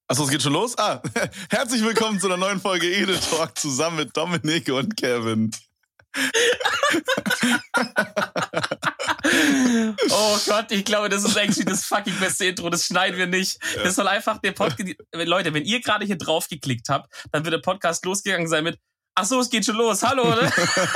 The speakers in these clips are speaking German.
Achso, es geht schon los? Herzlich willkommen zu einer neuen Folge Edel Talk zusammen mit Dominik und Kevin. Oh Gott, ich glaube, das ist eigentlich das fucking beste Intro. Das schneiden wir nicht. Ja. Das soll einfach der Podcast... Leute, wenn ihr gerade hier drauf geklickt habt, dann wird der Podcast losgegangen sein mit Achso, es geht schon los. Hallo, oder?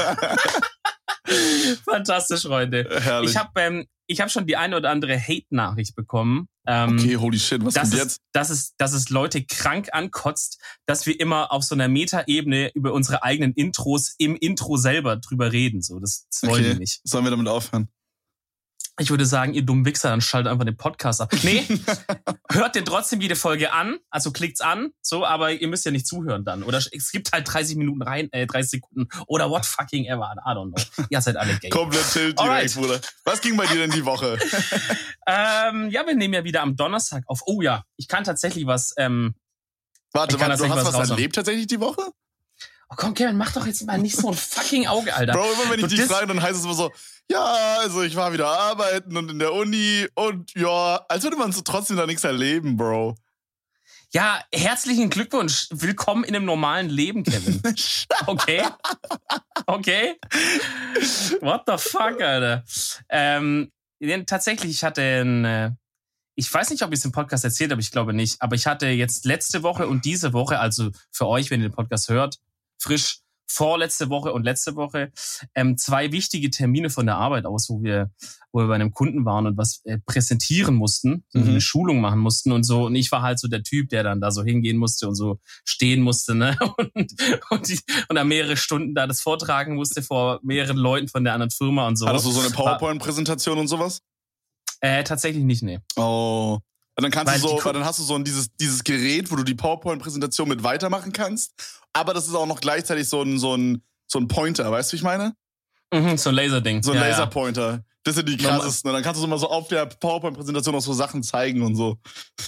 Fantastisch, Freunde. Herrlich. Ich hab schon die eine oder andere Hate-Nachricht bekommen. Okay, holy shit, was kommt jetzt? Dass es Leute krank ankotzt, dass wir immer auf so einer Meta-Ebene über unsere eigenen Intros im Intro selber drüber reden. So, das wollen wir nicht. Sollen wir damit aufhören? Ich würde sagen, ihr dummen Wichser, dann schaltet einfach den Podcast ab. Nee, hört dir trotzdem jede Folge an, also klickt's an, so, aber ihr müsst ja nicht zuhören dann. Oder es gibt halt 30 Minuten rein, 30 Sekunden oder what fucking ever, I don't know. Ihr seid alle gay. Komplett tilt direkt, Bruder. Was ging bei dir denn die Woche? Ja, wir nehmen ja wieder am Donnerstag auf. Oh ja, ich kann tatsächlich was... Warte, du hast was erlebt tatsächlich die Woche? Oh komm, Kevin, mach doch jetzt mal nicht so ein fucking Auge, Alter. Bro, immer wenn ich dich frage, dann heißt es immer so, ja, also ich war wieder arbeiten und in der Uni und ja, als würde man so trotzdem da nichts erleben, Bro. Ja, herzlichen Glückwunsch. Willkommen in einem normalen Leben, Kevin. Okay? Okay? What the fuck, Alter? Tatsächlich, ich hatte ich weiß nicht, ob ich es im Podcast erzählt habe, ich glaube nicht, aber ich hatte jetzt letzte Woche und diese Woche, also für euch, wenn ihr den Podcast hört, frisch vorletzte Woche und letzte Woche, 2 wichtige Termine von der Arbeit aus, wo wir bei einem Kunden waren und was präsentieren mussten, so eine Schulung machen mussten und so. Und ich war halt so der Typ, der dann da so hingehen musste und so stehen musste, ne? Und dann mehrere Stunden da das vortragen musste vor mehreren Leuten von der anderen Firma und so. Hattest du so eine PowerPoint-Präsentation und sowas? Tatsächlich nicht, nee. Oh. Und dann dann hast du so dieses Gerät, wo du die PowerPoint-Präsentation mit weitermachen kannst. Aber das ist auch noch gleichzeitig so ein Pointer, weißt du, wie ich meine? Mhm, so ein Laserding. So ein Laserpointer. Das sind die krassesten. Und dann kannst du so mal so auf der PowerPoint-Präsentation auch so Sachen zeigen und so.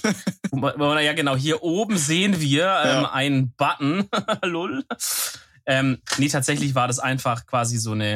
Ja, genau. Hier oben sehen wir einen Button. Lol. Nee, tatsächlich war das einfach quasi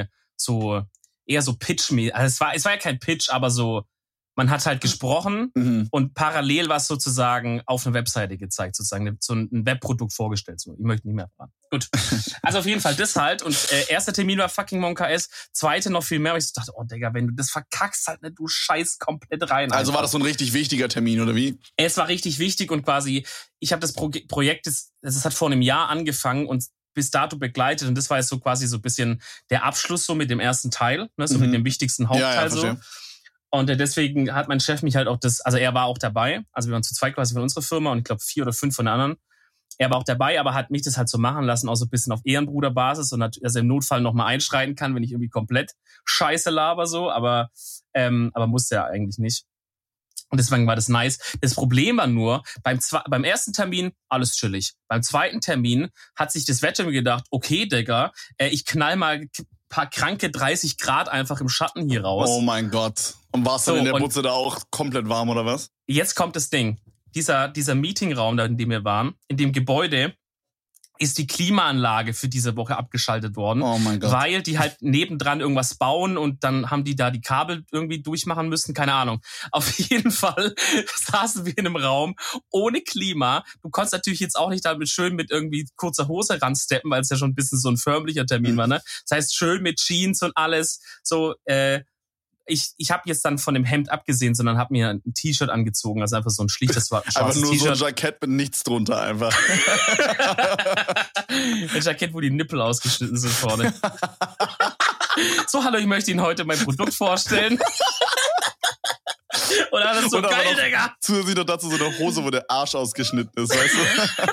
eher so Pitch. Also es war ja kein Pitch, aber so, man hat halt gesprochen und parallel war es sozusagen auf einer Webseite gezeigt, sozusagen so ein Webprodukt vorgestellt. So, ich möchte nicht mehr erfahren. Gut. Also auf jeden Fall das halt. Und erster Termin war fucking Monka S, zweite noch viel mehr. Und ich dachte, oh Digga, wenn du das verkackst halt, ne, du scheiß komplett rein. Also war das so ein richtig wichtiger Termin, oder wie? Es war richtig wichtig und quasi, ich habe das Projekt, das hat vor einem Jahr angefangen und bis dato begleitet. Und das war jetzt so quasi so ein bisschen der Abschluss so mit dem ersten Teil, ne, so mit dem wichtigsten Hauptteil so. Und deswegen hat mein Chef mich halt auch also er war auch dabei. Also wir waren zu zweit quasi von unserer Firma und ich glaube 4 oder 5 von der anderen. Er war auch dabei, aber hat mich das halt so machen lassen, auch so ein bisschen auf Ehrenbruderbasis und dass er im Notfall nochmal einschreiten kann, wenn ich irgendwie komplett Scheiße laber so, aber musste er eigentlich nicht. Und deswegen war das nice. Das Problem war nur, beim ersten Termin alles chillig. Beim zweiten Termin hat sich das Wetter mir gedacht, okay, Digga, ich knall mal paar kranke 30 Grad einfach im Schatten hier raus. Oh mein Gott. Und war es dann in der Butze da auch komplett warm, oder was? Jetzt kommt das Ding. Dieser Meetingraum, in dem wir waren, in dem Gebäude, ist die Klimaanlage für diese Woche abgeschaltet worden. Oh mein Gott. Weil die halt nebendran irgendwas bauen und dann haben die da die Kabel irgendwie durchmachen müssen. Keine Ahnung. Auf jeden Fall saßen wir in einem Raum ohne Klima. Du konntest natürlich jetzt auch nicht damit schön mit irgendwie kurzer Hose ransteppen, weil es ja schon ein bisschen so ein förmlicher Termin war, ne? Das heißt, schön mit Jeans und alles. So, ich habe jetzt dann von dem Hemd abgesehen, sondern habe mir ein T-Shirt angezogen, also einfach so ein schlichtes schwarzes aber nur T-Shirt. So ein Jackett mit nichts drunter einfach. Ein Jackett, wo die Nippel ausgeschnitten sind vorne. So, hallo, ich möchte Ihnen heute mein Produkt vorstellen. Und alles so, geil, Digga. Zusätzlich noch dazu so eine Hose, wo der Arsch ausgeschnitten ist, weißt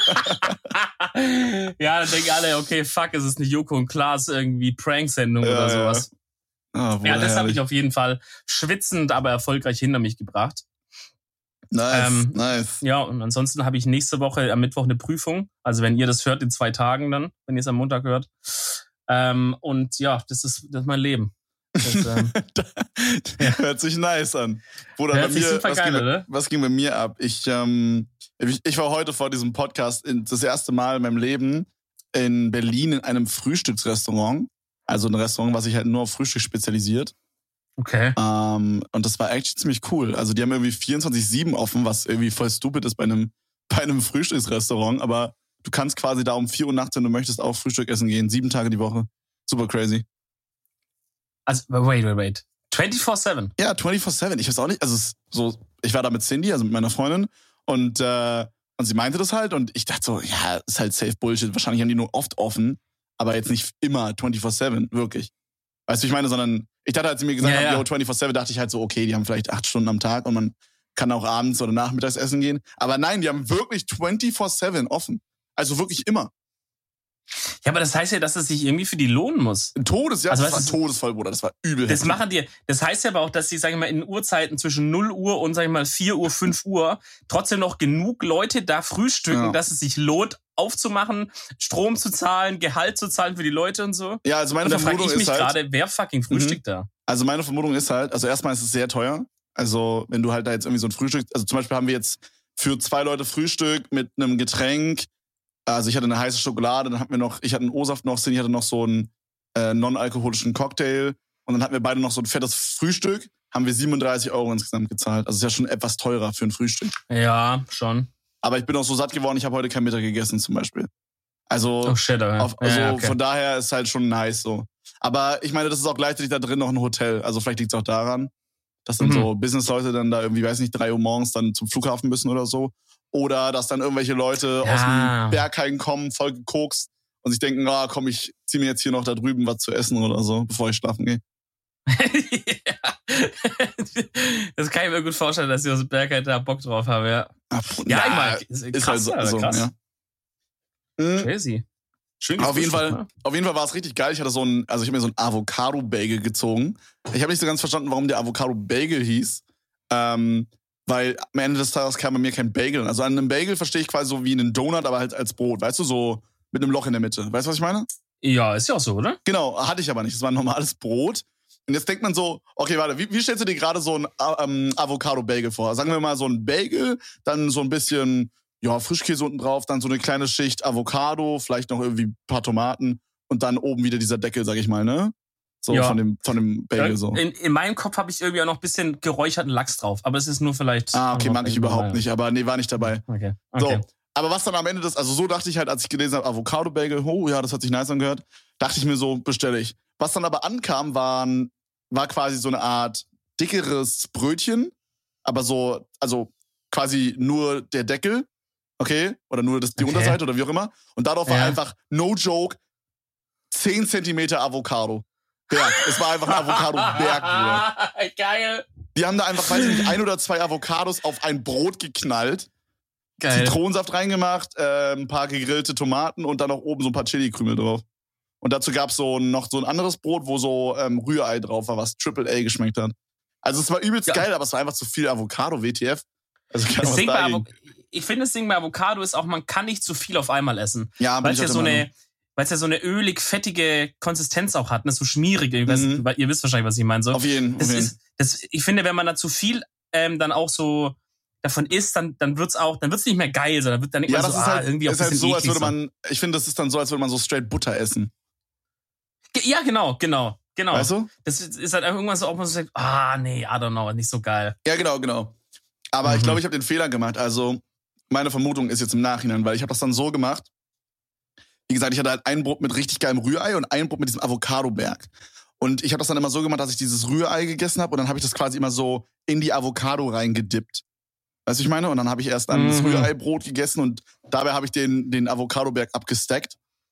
du? Ja, dann denken alle, okay, fuck, es ist eine Joko und Klaas irgendwie Prank-Sendung oder sowas. Ja, das habe ich auf jeden Fall schwitzend, aber erfolgreich hinter mich gebracht. Nice. Ja, und ansonsten habe ich nächste Woche am Mittwoch eine Prüfung. Also wenn ihr das hört, in 2 Tagen dann, wenn ihr es am Montag hört. Und ja, das ist mein Leben. Das, hört sich nice an. Bruder, hört sich super geil, oder? Was ging bei mir ab? Ich war heute vor diesem Podcast das erste Mal in meinem Leben in Berlin in einem Frühstücksrestaurant. Also ein Restaurant, was sich halt nur auf Frühstück spezialisiert. Okay. Und das war eigentlich ziemlich cool. Also die haben irgendwie 24/7 offen, was irgendwie voll stupid ist bei einem bei einem Frühstücksrestaurant, aber du kannst quasi da um 4 Uhr nachts, wenn du möchtest, auch Frühstück essen gehen. 7 Tage die Woche. Super crazy. Also, wait. 24/7? Ja, 24/7. Ich weiß auch nicht, ich war da mit Cindy, also mit meiner Freundin, und sie meinte das halt und ich dachte so, ja, ist halt safe Bullshit. Wahrscheinlich haben die nur oft offen, aber jetzt nicht immer 24/7, wirklich. Weißt du, ich meine, sondern ich dachte, als sie mir gesagt haben, yo, 24/7, dachte ich halt so, okay, die haben vielleicht 8 Stunden am Tag und man kann auch abends oder nachmittags essen gehen. Aber nein, die haben wirklich 24/7 offen. Also wirklich immer. Ja, aber das heißt ja, dass es sich irgendwie für die lohnen muss. Das war todesvoll, Bruder. Das war übel. Das machen die. Das heißt ja aber auch, dass sie, sag ich mal, in Uhrzeiten zwischen 0 Uhr und, sag ich mal, 4 Uhr, 5 Uhr trotzdem noch genug Leute da frühstücken, dass es sich lohnt, aufzumachen, Strom zu zahlen, Gehalt zu zahlen für die Leute und so. Ja, also meine Vermutung ist halt... Da frage ich mich gerade, wer fucking frühstückt da? Also meine Vermutung ist halt, also erstmal ist es sehr teuer. Also wenn du halt da jetzt irgendwie so ein Frühstück... Also zum Beispiel haben wir jetzt für 2 Leute Frühstück mit einem Getränk. Also ich hatte eine heiße Schokolade, dann hatten wir noch, ich hatte einen O-Saft noch, Cindy hatte noch so einen non-alkoholischen Cocktail und dann hatten wir beide noch so ein fettes Frühstück, haben wir 37 € insgesamt gezahlt. Also ist ja schon etwas teurer für ein Frühstück. Ja, schon. Aber ich bin auch so satt geworden, ich habe heute kein Mittag gegessen zum Beispiel. Also, okay. Von daher ist halt schon nice so. Aber ich meine, das ist auch gleichzeitig da drin noch ein Hotel. Also vielleicht liegt es auch daran, dass dann so Business-Leute dann da irgendwie, weiß nicht, 3 Uhr morgens dann zum Flughafen müssen oder so. Oder dass dann irgendwelche Leute aus dem Berghain kommen, voll gekokst und sich denken, komm, ich zieh mir jetzt hier noch da drüben was zu essen oder so, bevor ich schlafen gehe. Das kann ich mir gut vorstellen, dass die aus dem Berghain da Bock drauf haben, ja. Ist halt so, krass. Ja. Crazy. Schön. Auf jeden Fall war es richtig geil. Ich hatte ich habe mir so ein Avocado-Bagel gezogen. Ich habe nicht so ganz verstanden, warum der Avocado-Bagel hieß. Weil am Ende des Tages kam bei mir kein Bagel. Also an einem Bagel verstehe ich quasi so wie einen Donut, aber halt als Brot. Weißt du, so mit einem Loch in der Mitte. Weißt du, was ich meine? Ja, ist ja auch so, oder? Genau, hatte ich aber nicht. Es war ein normales Brot. Und jetzt denkt man so, okay, warte, wie stellst du dir gerade so ein Avocado-Bagel vor? Sagen wir mal so ein Bagel, dann so ein bisschen Frischkäse unten drauf, dann so eine kleine Schicht Avocado, vielleicht noch irgendwie ein paar Tomaten und dann oben wieder dieser Deckel, sag ich mal, ne? So von dem Bagel so. In meinem Kopf habe ich irgendwie auch noch ein bisschen geräucherten Lachs drauf, aber es ist nur vielleicht... okay, mag ich überhaupt nicht, aber nee, war nicht dabei. Okay. So, aber was dann am Ende also so dachte ich halt, als ich gelesen habe, Avocado-Bagel, das hat sich nice angehört, dachte ich mir so, bestelle ich. Was dann aber ankam, war quasi so eine Art dickeres Brötchen, aber so, also quasi nur der Deckel, okay? Oder nur die Unterseite oder wie auch immer. Und darauf war einfach, no joke, 10 Zentimeter Avocado. Berg. Es war einfach ein Avocado-Berg, Bruder. Geil. Die haben da einfach, weiß ich nicht, 1 oder 2 Avocados auf ein Brot geknallt. Geil. Zitronensaft reingemacht, ein paar gegrillte Tomaten und dann noch oben so ein paar Chili-Krümel drauf. Und dazu gab's noch so ein anderes Brot, wo so Rührei drauf war, was Triple A geschmeckt hat. Also es war übelst geil, aber es war einfach zu viel Avocado, WTF. Also ich finde, das Ding bei Avocado ist auch, man kann nicht zu viel auf einmal essen. Ja, weil es ja so eine ölig-fettige Konsistenz auch hat, so schmierig. Ihr wisst wahrscheinlich, was ich meine. So. Auf jeden Fall. Ich finde, wenn man da zu viel dann auch so davon isst, dann wird's nicht mehr geil. Dann wird dann nicht mehr so, irgendwie auch ein bisschen so, als würde man. Ich finde, das ist dann so, als würde man so straight Butter essen. Ja, genau. Weißt du? Das ist halt irgendwann so, ob man so sagt, nee, I don't know, nicht so geil. Ja, genau. Aber ich glaube, ich habe den Fehler gemacht. Also, meine Vermutung ist jetzt im Nachhinein, weil ich habe das dann so gemacht. Wie gesagt, ich hatte halt ein Brot mit richtig geilem Rührei und ein Brot mit diesem Avocado-Berg. Und ich habe das dann immer so gemacht, dass ich dieses Rührei gegessen habe und dann habe ich das quasi immer so in die Avocado reingedippt. Weißt du, ich meine? Und dann habe ich erst dann das Rührei-Brot gegessen und dabei habe ich den Avocado-Berg abgestackt.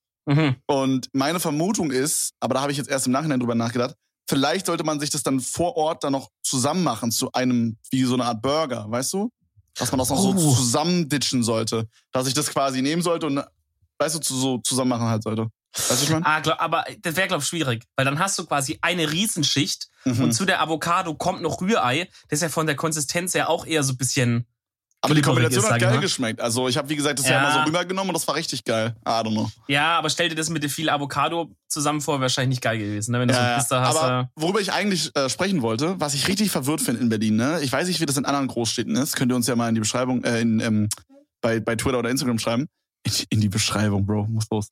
Und meine Vermutung ist, aber da habe ich jetzt erst im Nachhinein drüber nachgedacht, vielleicht sollte man sich das dann vor Ort dann noch zusammen machen zu einem, wie so eine Art Burger, weißt du? Dass man das noch so zusammenditchen sollte. Dass ich das quasi nehmen sollte und, weißt du, so zusammen machen halt sollte. Weißt du, ich meine? Aber das wäre, glaube ich, schwierig. Weil dann hast du quasi eine Riesenschicht und zu der Avocado kommt noch Rührei. Das ist ja von der Konsistenz her auch eher so ein bisschen... Aber die Kombination hat geil geschmeckt. Also ich habe, wie gesagt, das ja immer so rübergenommen und das war richtig geil. I don't know. Ja, aber stell dir das mit viel Avocado zusammen vor, wäre wahrscheinlich nicht geil gewesen, ne? Wenn du so eine Piste hast. Aber worüber ich eigentlich sprechen wollte, was ich richtig verwirrt finde in Berlin, ne? Ich weiß nicht, wie das in anderen Großstädten ist. Könnt ihr uns ja mal in die Beschreibung, bei Twitter oder Instagram schreiben. In die Beschreibung, Bro, muss los.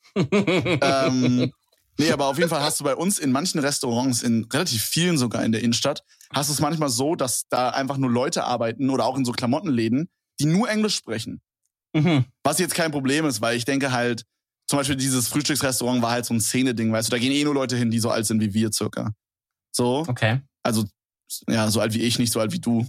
Nee, aber auf jeden Fall hast du bei uns in manchen Restaurants, in relativ vielen sogar in der Innenstadt, hast du es manchmal so, dass da einfach nur Leute arbeiten oder auch in so Klamottenläden, die nur Englisch sprechen. Was jetzt kein Problem ist, weil ich denke halt, zum Beispiel dieses Frühstücksrestaurant war halt so ein Szene-Ding, weißt du, da gehen nur Leute hin, die so alt sind wie wir circa. So. Okay. Also, ja, so alt wie ich, nicht so alt wie du.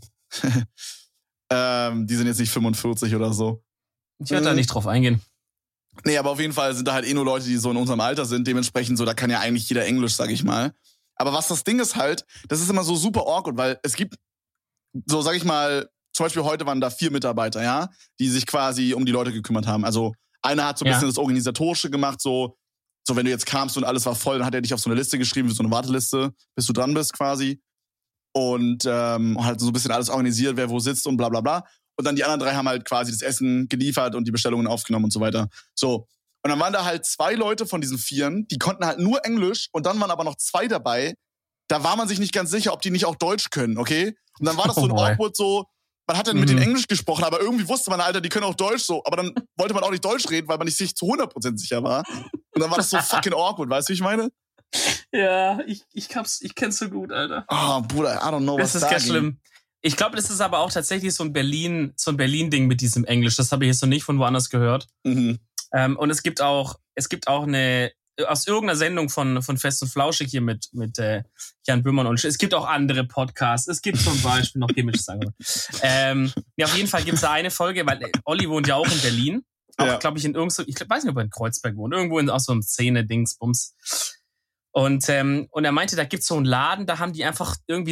Die sind jetzt nicht 45 oder so. Ich werde da nicht drauf eingehen. Nee, aber auf jeden Fall sind da halt nur Leute, die so in unserem Alter sind. Dementsprechend so, da kann ja eigentlich jeder Englisch, sag ich mal. Aber was das Ding ist halt, das ist immer so super awkward, weil es gibt, so sag ich mal, zum Beispiel heute waren da 4 Mitarbeiter, ja, die sich quasi um die Leute gekümmert haben. Also einer hat so ein bisschen das Organisatorische gemacht, so wenn du jetzt kamst und alles war voll, dann hat er dich auf so eine Liste geschrieben, so eine Warteliste, bis du dran bist quasi. Und halt so ein bisschen alles organisiert, wer wo sitzt und bla bla bla. Und dann die anderen 3 haben halt quasi das Essen geliefert und die Bestellungen aufgenommen und so weiter. So. Und dann waren da halt 2 Leute von diesen 4, die konnten halt nur Englisch und dann waren aber noch 2 dabei. Da war man sich nicht ganz sicher, ob die nicht auch Deutsch können, okay? Und dann war das so ein awkward so, man hat dann mit denen Englisch gesprochen, aber irgendwie wusste man, Alter, die können auch Deutsch so. Aber dann wollte man auch nicht Deutsch reden, weil man nicht sich zu 100% sicher war. Und dann war das so fucking awkward, weißt du, wie ich meine? Ja, ich kenn's so gut, Alter. Oh, Bruder, I don't know, was das ist ganz schlimm. Ich glaube, das ist aber auch tatsächlich so ein Berlin-Ding mit diesem Englisch. Das habe ich jetzt noch nicht von woanders gehört. Und es gibt auch eine, aus irgendeiner Sendung von Fest und Flauschig hier mit Jan Böhmermann und es gibt auch andere Podcasts. Es gibt zum Beispiel noch Gemisch sagen. Ja, auf jeden Fall gibt es da eine Folge, weil Olli wohnt ja auch in Berlin. Auch, glaube ich, ich weiß nicht, ob er in Kreuzberg wohnt. Irgendwo in so einem Szene-Dings-Bums. Und er meinte, da gibt's so einen Laden, da haben die einfach irgendwie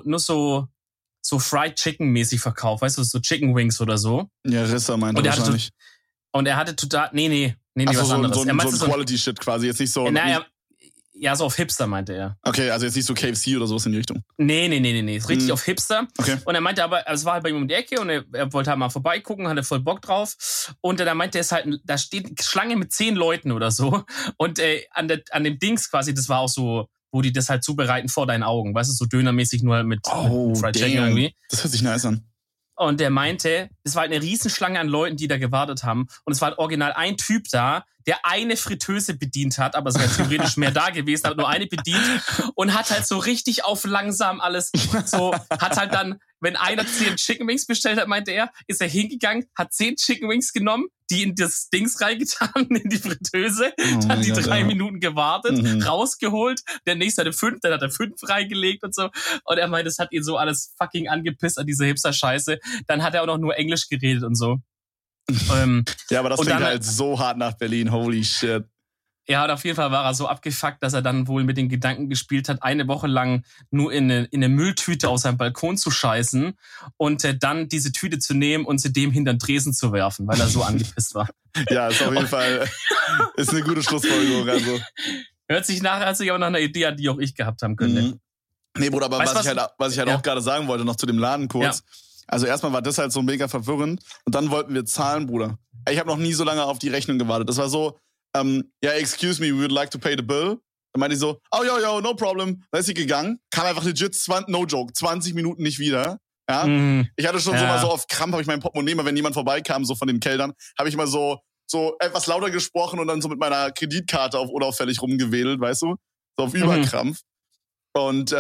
so Fried Chicken mäßig verkauft, weißt du, so Chicken Wings oder so. Ja, Rissa meinte wahrscheinlich. Und er hatte total, nee, was so anderes. So ein Quality-Shit quasi, jetzt nicht so. Ja, so auf Hipster meinte er. Okay, also jetzt nicht so KFC oder sowas in die Richtung. Nee, ist richtig auf Hipster. Okay. Und er meinte aber, es war halt bei ihm um die Ecke und er wollte halt mal vorbeigucken, hatte voll Bock drauf. Und dann meinte er, da steht Schlange mit 10 Leuten oder so. Und an dem Dings quasi, das war auch so, wo die das halt zubereiten vor deinen Augen. Weißt du, so dönermäßig nur halt mit Fried Chicken irgendwie. Das hört sich nice an. Und der meinte, es war halt eine Riesenschlange an Leuten, die da gewartet haben. Und es war halt original ein Typ da, der eine Fritteuse bedient hat, aber es wäre theoretisch mehr da gewesen, hat nur eine bedient und hat halt so richtig auf langsam alles so, hat halt dann, wenn einer 10 Chicken Wings bestellt hat, meinte er, ist er hingegangen, hat 10 Chicken Wings genommen, die in das Dings reingetan, in die Fritteuse, dann die 3 Minuten gewartet, rausgeholt, der nächste hatte 5, dann hat er 5 reingelegt und so. Und er meinte, das hat ihn so alles fucking angepisst an diese Hipster-Scheiße. Dann hat er auch noch nur Englisch geredet und so. Ja, aber das klingt halt so hart nach Berlin, holy shit. Ja, und auf jeden Fall war er so abgefuckt, dass er dann wohl mit den Gedanken gespielt hat, eine Woche lang nur in eine Mülltüte auf seinem Balkon zu scheißen und dann diese Tüte zu nehmen und sie dem hinter den Tresen zu werfen, weil er so angepisst war. Ja, ist auf jeden Fall ist eine gute Schlussfolgerung. Also. Hört sich aber nach einer Idee an, die auch ich gehabt haben könnte. Nee, Bruder, aber was ich halt auch gerade sagen wollte, noch zu dem Laden kurz. Ja. Also erstmal war das halt so mega verwirrend und dann wollten wir zahlen, Bruder. Ich habe noch nie so lange auf die Rechnung gewartet. Das war so, excuse me, we would like to pay the bill. Dann meinte ich so, oh, yo, no problem. Dann ist sie gegangen, kam einfach legit, no joke, 20 Minuten nicht wieder. Ja? Ich hatte schon so mal so auf Krampf, habe ich mein Portemonnaie, mal wenn jemand vorbeikam, so von den Kellnern, habe ich mal so etwas lauter gesprochen und dann so mit meiner Kreditkarte auf unauffällig rumgewedelt, weißt du? So auf Überkrampf. Und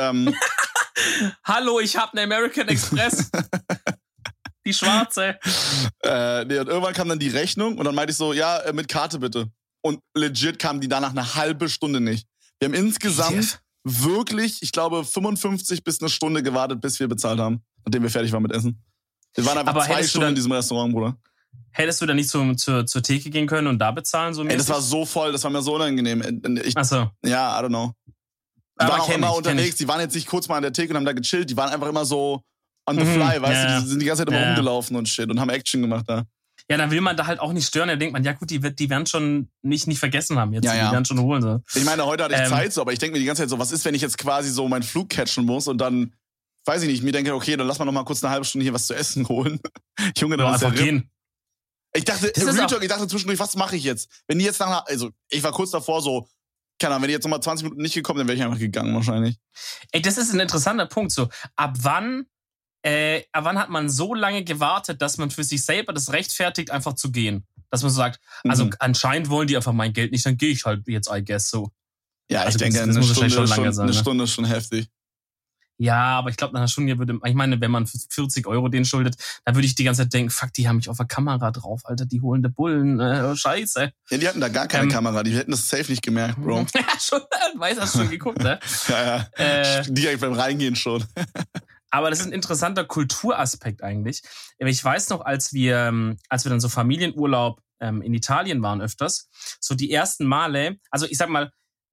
hallo, ich hab eine American Express. Die schwarze. Nee, und irgendwann kam dann die Rechnung und dann meinte ich so, ja, mit Karte bitte. Und legit kam die danach eine halbe Stunde nicht. Wir haben insgesamt wirklich, ich glaube, 55 bis eine Stunde gewartet, bis wir bezahlt haben, nachdem wir fertig waren mit Essen. Wir waren einfach 2 Stunden in diesem Restaurant, Bruder. Hättest du da nicht zur Theke gehen können und da bezahlen? So mäßig? Das war so voll, das war mir so unangenehm. Ach so. Ja, I don't know. Die waren auch immer unterwegs, die waren jetzt nicht kurz mal an der Theke und haben da gechillt, die waren einfach immer so on the fly, weißt du, die sind die ganze Zeit immer rumgelaufen und shit und haben Action gemacht da. Ja, dann will man da halt auch nicht stören, da denkt man, ja gut, die werden schon nicht vergessen haben jetzt, die werden schon holen. So. Ich meine, heute hatte ich Zeit so, aber ich denke mir die ganze Zeit so, was ist, wenn ich jetzt quasi so meinen Flug catchen muss und dann, weiß ich nicht, mir denke, okay, dann lass mal noch mal kurz eine halbe Stunde hier was zu essen holen. Junge, dann ist einfach gehen. Ich dachte zwischendurch, was mache ich jetzt? Wenn die jetzt also ich war kurz davor so, keine Ahnung, wenn die jetzt nochmal 20 Minuten nicht gekommen, dann wäre ich einfach gegangen wahrscheinlich. Ey, das ist ein interessanter Punkt. So, ab wann hat man so lange gewartet, dass man für sich selber das rechtfertigt, einfach zu gehen? Dass man so sagt, also anscheinend wollen die einfach mein Geld nicht, dann gehe ich halt jetzt, I guess so. Ja, also ich denke, das muss wahrscheinlich schon lange sein. Eine Stunde ist schon heftig. Ja, aber ich glaube, nach einer Stunde ich meine, wenn man 40 € den schuldet, dann würde ich die ganze Zeit denken, fuck, die haben mich auf der Kamera drauf, Alter, die holen der Bullen, scheiße. Ja, die hatten da gar keine Kamera, die hätten das safe nicht gemerkt, Bro. Ja, schon, hast du schon geguckt, ne? Ja. Direkt beim Reingehen schon. Aber das ist ein interessanter Kulturaspekt eigentlich. Ich weiß noch, als wir dann so Familienurlaub in Italien waren öfters, so die ersten Male, also ich sag mal,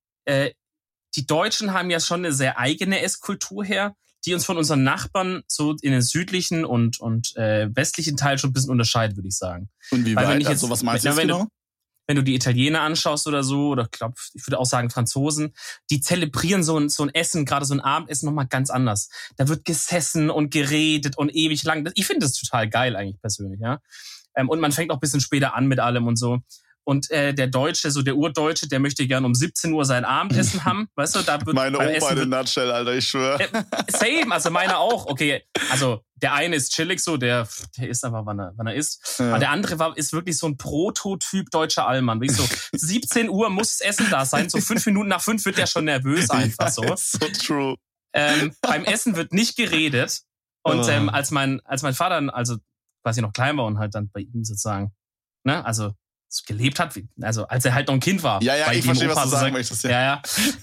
die Deutschen haben ja schon eine sehr eigene Esskultur her, die uns von unseren Nachbarn so in den südlichen und westlichen Teil schon ein bisschen unterscheidet, würde ich sagen. Und wie weit? Also was meinst du jetzt genau? Wenn du die Italiener anschaust oder so, oder ich würde auch sagen Franzosen, die zelebrieren so ein Essen, gerade so ein Abendessen nochmal ganz anders. Da wird gesessen und geredet und ewig lang. Ich finde das total geil eigentlich persönlich, ja. Und man fängt auch ein bisschen später an mit allem und so. Und der Deutsche, so der Urdeutsche, der möchte gerne um 17 Uhr sein Abendessen haben. Weißt du, da wird meine Oma in der Nutshell, Alter, ich schwöre. Same, also meiner auch. Okay, also der eine ist chillig so, der isst einfach, wann er isst. Ja. Aber der andere ist wirklich so ein Prototyp deutscher Allmann. Wie so 17 Uhr muss das Essen da sein. So 5 Minuten nach 5 wird der schon nervös einfach so. So true. Beim Essen wird nicht geredet. Und als mein Vater, also quasi noch klein war und halt dann bei ihm sozusagen, ne, also gelebt hat, also als er halt noch ein Kind war. Ja, ich verstehe, was du sagen möchtest. Ja.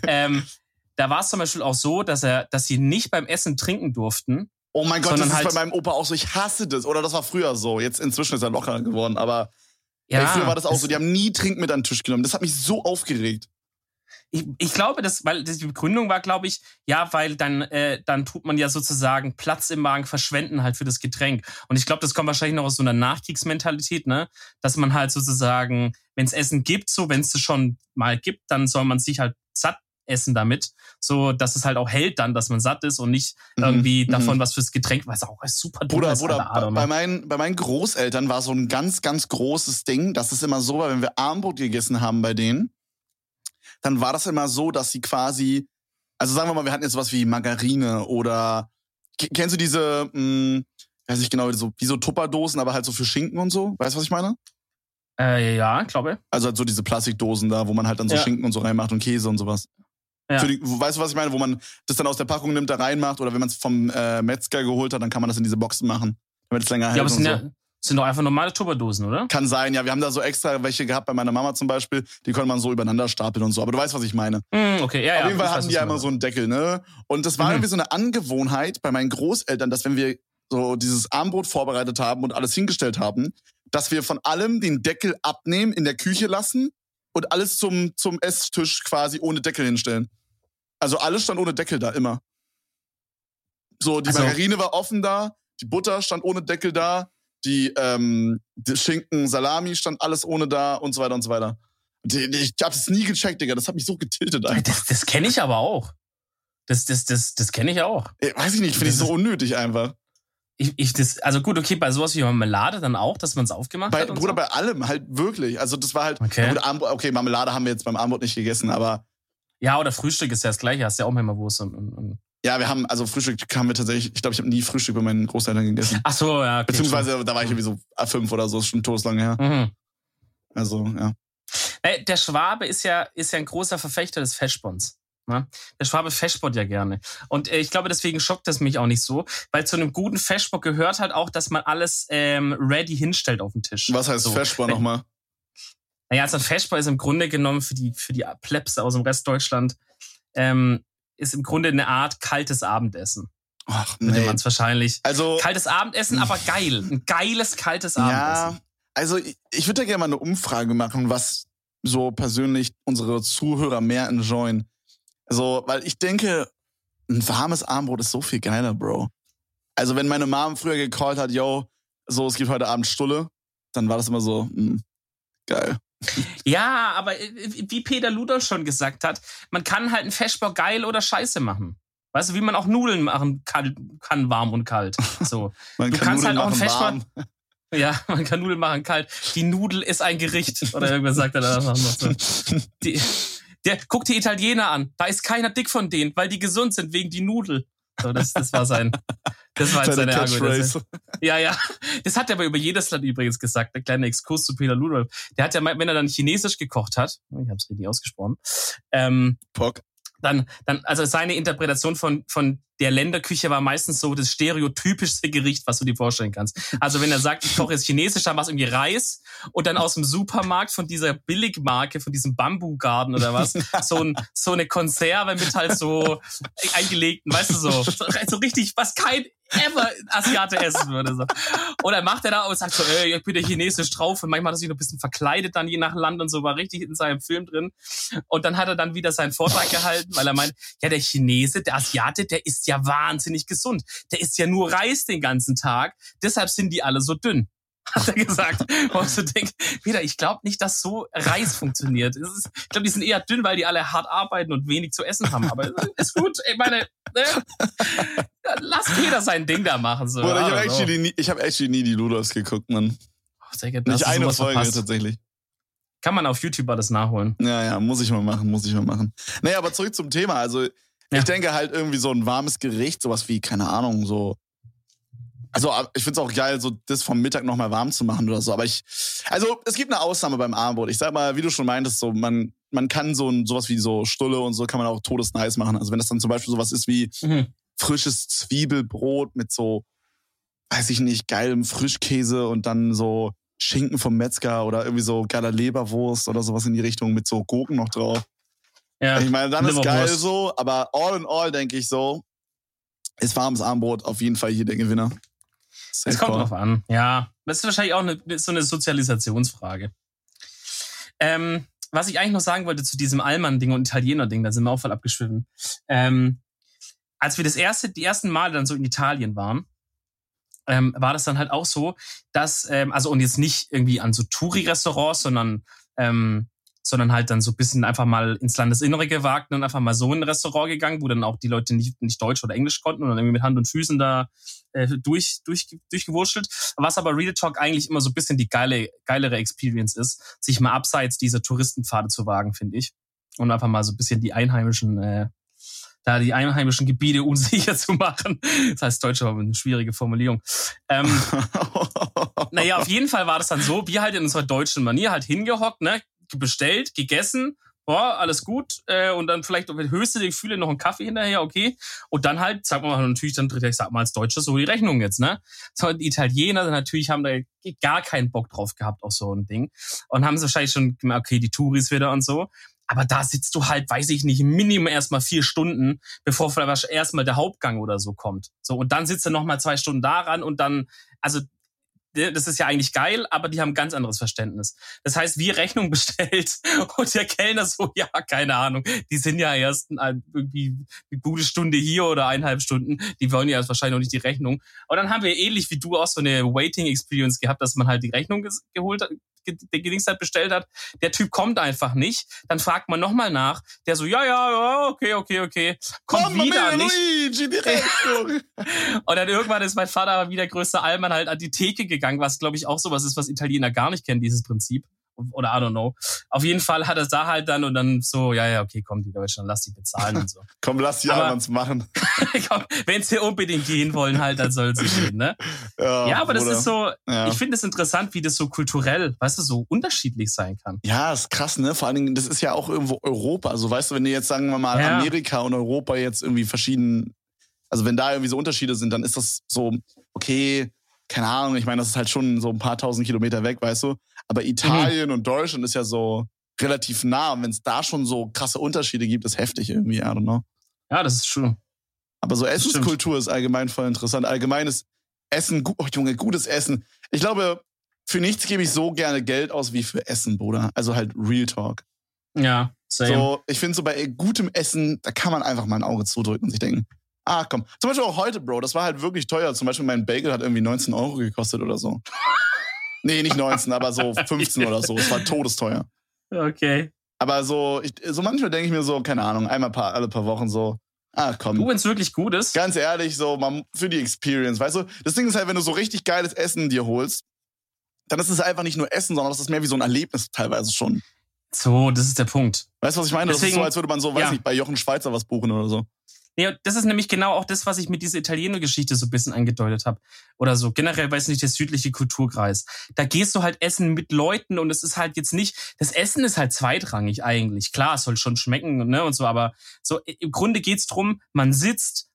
Da war es zum Beispiel auch so, dass sie nicht beim Essen trinken durften. Oh mein Gott, das ist bei meinem Opa auch so. Ich hasse das. Oder das war früher so. Jetzt inzwischen ist er lockerer geworden. Aber früher war das auch so. Die haben nie Trinken mit an den Tisch genommen. Das hat mich so aufgeregt. Ich glaube, weil die Begründung war, glaube ich, ja, weil dann tut man ja sozusagen Platz im Magen verschwenden halt für das Getränk. Und ich glaube, das kommt wahrscheinlich noch aus so einer Nachkriegsmentalität, ne? Dass man halt sozusagen, wenn es Essen gibt, so, wenn es es schon mal gibt, dann soll man sich halt satt essen damit, so dass es halt auch hält dann, dass man satt ist und nicht irgendwie davon was fürs Getränk, was auch super dumm ist. Bruder, bei meinen Großeltern war so ein ganz, ganz großes Ding, dass es immer so war, wenn wir Abendbrot gegessen haben bei denen, dann war das immer so, dass sie quasi, also sagen wir mal, wir hatten jetzt sowas wie Margarine oder, kennst du diese, weiß ich genau, so, wie so Tupperdosen, aber halt so für Schinken und so? Weißt du, was ich meine? Ja, glaube. Also halt so diese Plastikdosen da, wo man halt dann so Schinken und so reinmacht und Käse und sowas. Ja. Weißt du, was ich meine? Wo man das dann aus der Packung nimmt, da reinmacht oder wenn man es vom Metzger geholt hat, dann kann man das in diese Boxen machen, damit es länger hält. Ja, aber sind doch einfach normale Tupperdosen, oder? Kann sein, ja. Wir haben da so extra welche gehabt bei meiner Mama zum Beispiel. Die konnte man so übereinander stapeln und so. Aber du weißt, was ich meine. Okay, ja. Auf jeden Fall hatten die ja immer so einen Deckel, ne? Und das war irgendwie so eine Angewohnheit bei meinen Großeltern, dass wenn wir so dieses Abendbrot vorbereitet haben und alles hingestellt haben, dass wir von allem den Deckel abnehmen, in der Küche lassen und alles zum Esstisch quasi ohne Deckel hinstellen. Also alles stand ohne Deckel da, immer. So, die Margarine war offen da, die Butter stand ohne Deckel da, die Schinken, Salami stand alles ohne da und so weiter und so weiter. Ich hab das nie gecheckt, Digga. Das hat mich so getiltet einfach. Das kenne ich aber auch. Das kenne ich auch. Weiß ich nicht, finde ich so unnötig einfach. Also gut, okay, bei sowas wie Marmelade dann auch, dass man es aufgemacht hat und Bruder, so? bei allem halt wirklich. Also das war halt, okay. Okay, Marmelade haben wir jetzt beim Abendbrot nicht gegessen, aber... Ja, oder Frühstück ist ja das Gleiche, hast ja auch manchmal Wurst und Ja, Frühstück haben wir tatsächlich, ich glaube, ich habe nie Frühstück bei meinen Großeltern gegessen. Ach so, ja. Okay, beziehungsweise da war ich irgendwie so 5 oder so, ist schon todeslang her. Also, ja. Der Schwabe ist ja ein großer Verfechter des Feschbons. Ne? Der Schwabe feschbot ja gerne. Und ich glaube, deswegen schockt das mich auch nicht so, weil zu einem guten Feschbot gehört halt auch, dass man alles ready hinstellt auf den Tisch. Was heißt so. Feschbot nochmal? Naja, also ein Feschbot ist im Grunde genommen für die Plebs aus dem Rest Deutschland ist im Grunde eine Art kaltes Abendessen. Ach, nee. Würde man es wahrscheinlich. Also, kaltes Abendessen, aber geil. Ein geiles, kaltes Abendessen. Ja, also ich würde da gerne mal eine Umfrage machen, was so persönlich unsere Zuhörer mehr enjoyen. Also, weil ich denke, ein warmes Abendbrot ist so viel geiler, Bro. Also, wenn meine Mom früher gecallt hat, yo, so, es gibt heute Abend Stulle, dann war das immer so, geil. Ja, aber wie Peter Ludolf schon gesagt hat, man kann halt einen Feschbau geil oder scheiße machen. Weißt du, wie man auch Nudeln machen kann, warm und kalt. So. Man du kann kannst Nudeln halt auch einen machen Feschbau. Ja, man kann Nudeln machen kalt. Die Nudel ist ein Gericht. Oder irgendwer sagt er dann noch so. Guck die Italiener an. Da ist keiner dick von denen, weil die gesund sind wegen die Nudel. So, das war seine Argumentation. Ja. Das hat er aber über jedes Land übrigens gesagt. Ein kleiner Exkurs zu Peter Ludolf. Der hat ja, wenn er dann Chinesisch gekocht hat, ich habe es richtig ausgesprochen, Pock. dann, also seine Interpretation von der Länderküche war meistens so das stereotypischste Gericht, was du dir vorstellen kannst. Also wenn er sagt, ich koche jetzt Chinesisch, dann war es irgendwie Reis und dann aus dem Supermarkt von dieser Billigmarke, von diesem Bambugarden oder was, so eine Konserve mit halt so eingelegten, weißt du, so richtig, was kein ever Asiate essen würde. So. Oder macht er da und sagt so, ich bin der Chinesisch drauf und manchmal hat er sich noch ein bisschen verkleidet dann je nach Land und so, war richtig in seinem Film drin. Und dann hat er dann wieder seinen Vortrag gehalten, weil er meint, ja, der Chinese, der Asiate, der isst ja wahnsinnig gesund. Der isst ja nur Reis den ganzen Tag, deshalb sind die alle so dünn. Hat er gesagt. Und du denkst, Peter, ich glaube nicht, dass so Reis funktioniert. Ich glaube, die sind eher dünn, weil die alle hart arbeiten und wenig zu essen haben. Aber ist gut. Ich meine, lass Peter sein Ding da machen. So. Bruder, ich hab actually nie die Ludos geguckt, Mann. Nicht eine Folge tatsächlich. Kann man auf YouTube alles nachholen. Ja, muss ich mal machen. Naja, aber zurück zum Thema. Also, ich denke halt irgendwie so ein warmes Gericht, sowas wie, keine Ahnung, so. Also, ich find's auch geil, so das vom Mittag nochmal warm zu machen oder so. Aber es gibt eine Ausnahme beim Abendbrot. Ich sag mal, wie du schon meintest, so, man kann sowas wie so Stulle und so kann man auch todesnice machen. Also, wenn das dann zum Beispiel sowas ist wie frisches Zwiebelbrot mit so, weiß ich nicht, geilem Frischkäse und dann so Schinken vom Metzger oder irgendwie so geiler Leberwurst oder sowas in die Richtung mit so Gurken noch drauf. Ja, ich meine, dann ist geil so, aber all in all denke ich so, ist warmes Abendbrot auf jeden Fall hier der Gewinner. Es kommt drauf an. Ja, das ist wahrscheinlich auch so eine Sozialisationsfrage. Was ich eigentlich noch sagen wollte zu diesem Allmann-Ding und Italiener-Ding, da sind wir auch voll abgeschwiffen. Als wir die ersten Male dann so in Italien waren, war das dann halt auch so, dass, und jetzt nicht irgendwie an so Touri-Restaurants, sondern halt dann so ein bisschen einfach mal ins Landesinnere gewagt und einfach mal so in ein Restaurant gegangen, wo dann auch die Leute nicht Deutsch oder Englisch konnten und dann irgendwie mit Hand und Füßen da durchgewurschtelt. Was aber Real Talk eigentlich immer so ein bisschen die geilere Experience ist, sich mal abseits dieser Touristenpfade zu wagen, finde ich. Und einfach mal so ein bisschen die einheimischen Gebiete unsicher zu machen. Das heißt, Deutsch war eine schwierige Formulierung. Naja, auf jeden Fall war das dann so, wir halt in unserer deutschen Manier halt hingehockt, ne, bestellt, gegessen, boah, alles gut, und dann vielleicht höchste Gefühle noch einen Kaffee hinterher, okay. Und dann halt, sagt man natürlich dann, ich sag mal als Deutscher, so die Rechnung jetzt, ne. So, die Italiener natürlich haben da gar keinen Bock drauf gehabt auf so ein Ding. Und haben wahrscheinlich schon gemerkt, okay, die Touris wieder und so. Aber da sitzt du halt, weiß ich nicht, Minimum erstmal 4 Stunden, bevor vielleicht erstmal der Hauptgang oder so kommt. So, und dann sitzt du nochmal 2 Stunden daran und dann, also, das ist ja eigentlich geil, aber die haben ein ganz anderes Verständnis. Das heißt, wir Rechnung bestellt und der Kellner so, ja, keine Ahnung, die sind ja erst irgendwie eine gute Stunde hier oder 1,5 Stunden, die wollen ja wahrscheinlich noch nicht die Rechnung. Und dann haben wir ähnlich wie du auch so eine Waiting-Experience gehabt, dass man halt die Rechnung geholt hat, der Gedingszeit bestellt hat, der Typ kommt einfach nicht, dann fragt man nochmal nach, der so, ja, okay, kommt wieder nicht. Luigi, direkt. Und dann irgendwann ist mein Vater aber wie der größte Allmann halt an die Theke gegangen, was glaube ich auch sowas ist, was Italiener gar nicht kennen, dieses Prinzip. Oder I don't know. Auf jeden Fall hat er da halt dann und dann so, ja, okay, komm, die Deutschen, lass die bezahlen und so. Komm, lass die Allmanns machen. Wenn sie unbedingt gehen wollen halt, dann sollen sie gehen, ne? Ja, aber das ist so, ich finde es interessant, wie das so kulturell, weißt du, so unterschiedlich sein kann. Ja, ist krass, ne? Vor allen Dingen, das ist ja auch irgendwo Europa. Also weißt du, wenn du jetzt, sagen wir mal, Amerika und Europa jetzt irgendwie verschieden, also wenn da irgendwie so Unterschiede sind, dann ist das so, okay, keine Ahnung, ich meine, das ist halt schon so ein paar 1000 Kilometer weg, weißt du? Aber Italien und Deutschland ist ja so relativ nah. Und wenn es da schon so krasse Unterschiede gibt, ist heftig irgendwie, I don't know. Ja, das ist true. Aber so Essenskultur ist allgemein voll interessant. Allgemeines Essen, gutes Essen. Ich glaube, für nichts gebe ich so gerne Geld aus wie für Essen, Bruder. Also halt Real Talk. Ja, same. So, ich finde so bei gutem Essen, da kann man einfach mal ein Auge zudrücken und sich denken, komm. Zum Beispiel auch heute, Bro, das war halt wirklich teuer. Zum Beispiel mein Bagel hat irgendwie 19 Euro gekostet oder so. Nee, nicht 19, aber so 15 oder so. Es war todesteuer. Okay. Aber so manchmal denke ich mir so, keine Ahnung, alle paar Wochen so, komm. Du, wenn es wirklich gut ist. Ganz ehrlich, so für die Experience, weißt du? Das Ding ist halt, wenn du so richtig geiles Essen dir holst, dann ist es einfach nicht nur Essen, sondern das ist mehr wie so ein Erlebnis teilweise schon. So, das ist der Punkt. Weißt du, was ich meine? Deswegen, das ist so, als würde man so, weiß nicht, bei Jochen Schweizer was buchen oder so. Ja, das ist nämlich genau auch das, was ich mit dieser Italiener-Geschichte so ein bisschen angedeutet habe. Oder so generell, weiß nicht, der südliche Kulturkreis. Da gehst du halt essen mit Leuten und es ist halt jetzt nicht, das Essen ist halt zweitrangig eigentlich. Klar, es soll schon schmecken, ne, und so, aber so im Grunde geht's drum, man sitzt,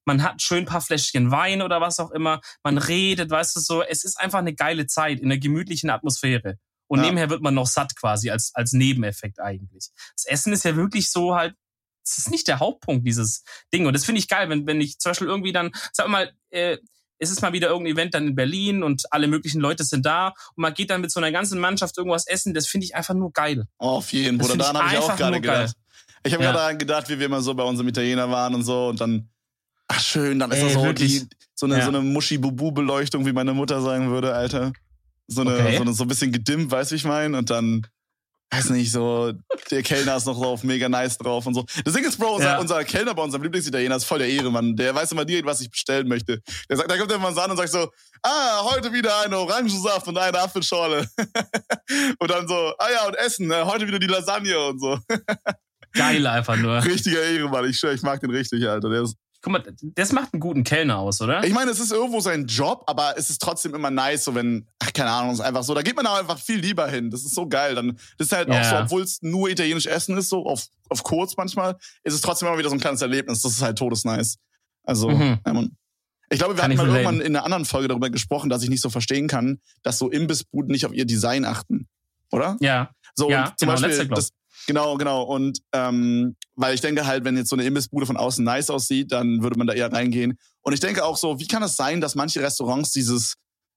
man hat schön ein paar Fläschchen Wein oder was auch immer, man redet, weißt du so, es ist einfach eine geile Zeit in einer gemütlichen Atmosphäre. Und nebenher wird man noch satt quasi als Nebeneffekt eigentlich. Das Essen ist ja wirklich so halt, es ist nicht der Hauptpunkt dieses Ding. Und das finde ich geil, wenn ich zum Beispiel irgendwie dann, sag mal, es ist mal wieder irgendein Event dann in Berlin und alle möglichen Leute sind da und man geht dann mit so einer ganzen Mannschaft irgendwas essen, das finde ich einfach nur geil. Oh, auf jeden, Bruder, daran habe ich auch gerade gedacht. Ich habe gerade daran gedacht, wie wir immer so bei unserem Italiener waren und so und dann, ach schön, dann ist das so eine Muschi-Bubu-Beleuchtung, wie meine Mutter sagen würde, Alter. So ein bisschen gedimmt, weißt du, wie ich meine? Und dann, weiß nicht, so, der Kellner ist noch so auf mega nice drauf und so. Das Ding ist, Bro, unser Kellner bei unserem Lieblingsitaliener ist voll der Ehrenmann. Der weiß immer direkt, was ich bestellen möchte. Da kommt immer so an und sagt so, heute wieder eine Orangensaft und eine Apfelschorle. Und dann so, und Essen, heute wieder die Lasagne und so. Geil einfach nur. Richtiger Ehrenmann, ich schwör, ich mag den richtig, Alter. Der ist Guck mal, das macht einen guten Kellner aus, oder? Ich meine, es ist irgendwo sein Job, aber es ist trotzdem immer nice, so wenn, keine Ahnung, es ist einfach so, da geht man auch einfach viel lieber hin. Das ist so geil. Dann, das ist halt auch so, obwohl es nur italienisch Essen ist, so auf kurz manchmal, ist es trotzdem immer wieder so ein kleines Erlebnis. Das ist halt todesnice. Also, ich glaube, wir hatten mal irgendwann in einer anderen Folge darüber gesprochen, dass ich nicht so verstehen kann, dass so Imbissbuden nicht auf ihr Design achten. Oder? Ja. So, und zum Beispiel, Genau. Und weil ich denke halt, wenn jetzt so eine Imbissbude von außen nice aussieht, dann würde man da eher reingehen. Und ich denke auch so, wie kann es sein, dass manche Restaurants dieses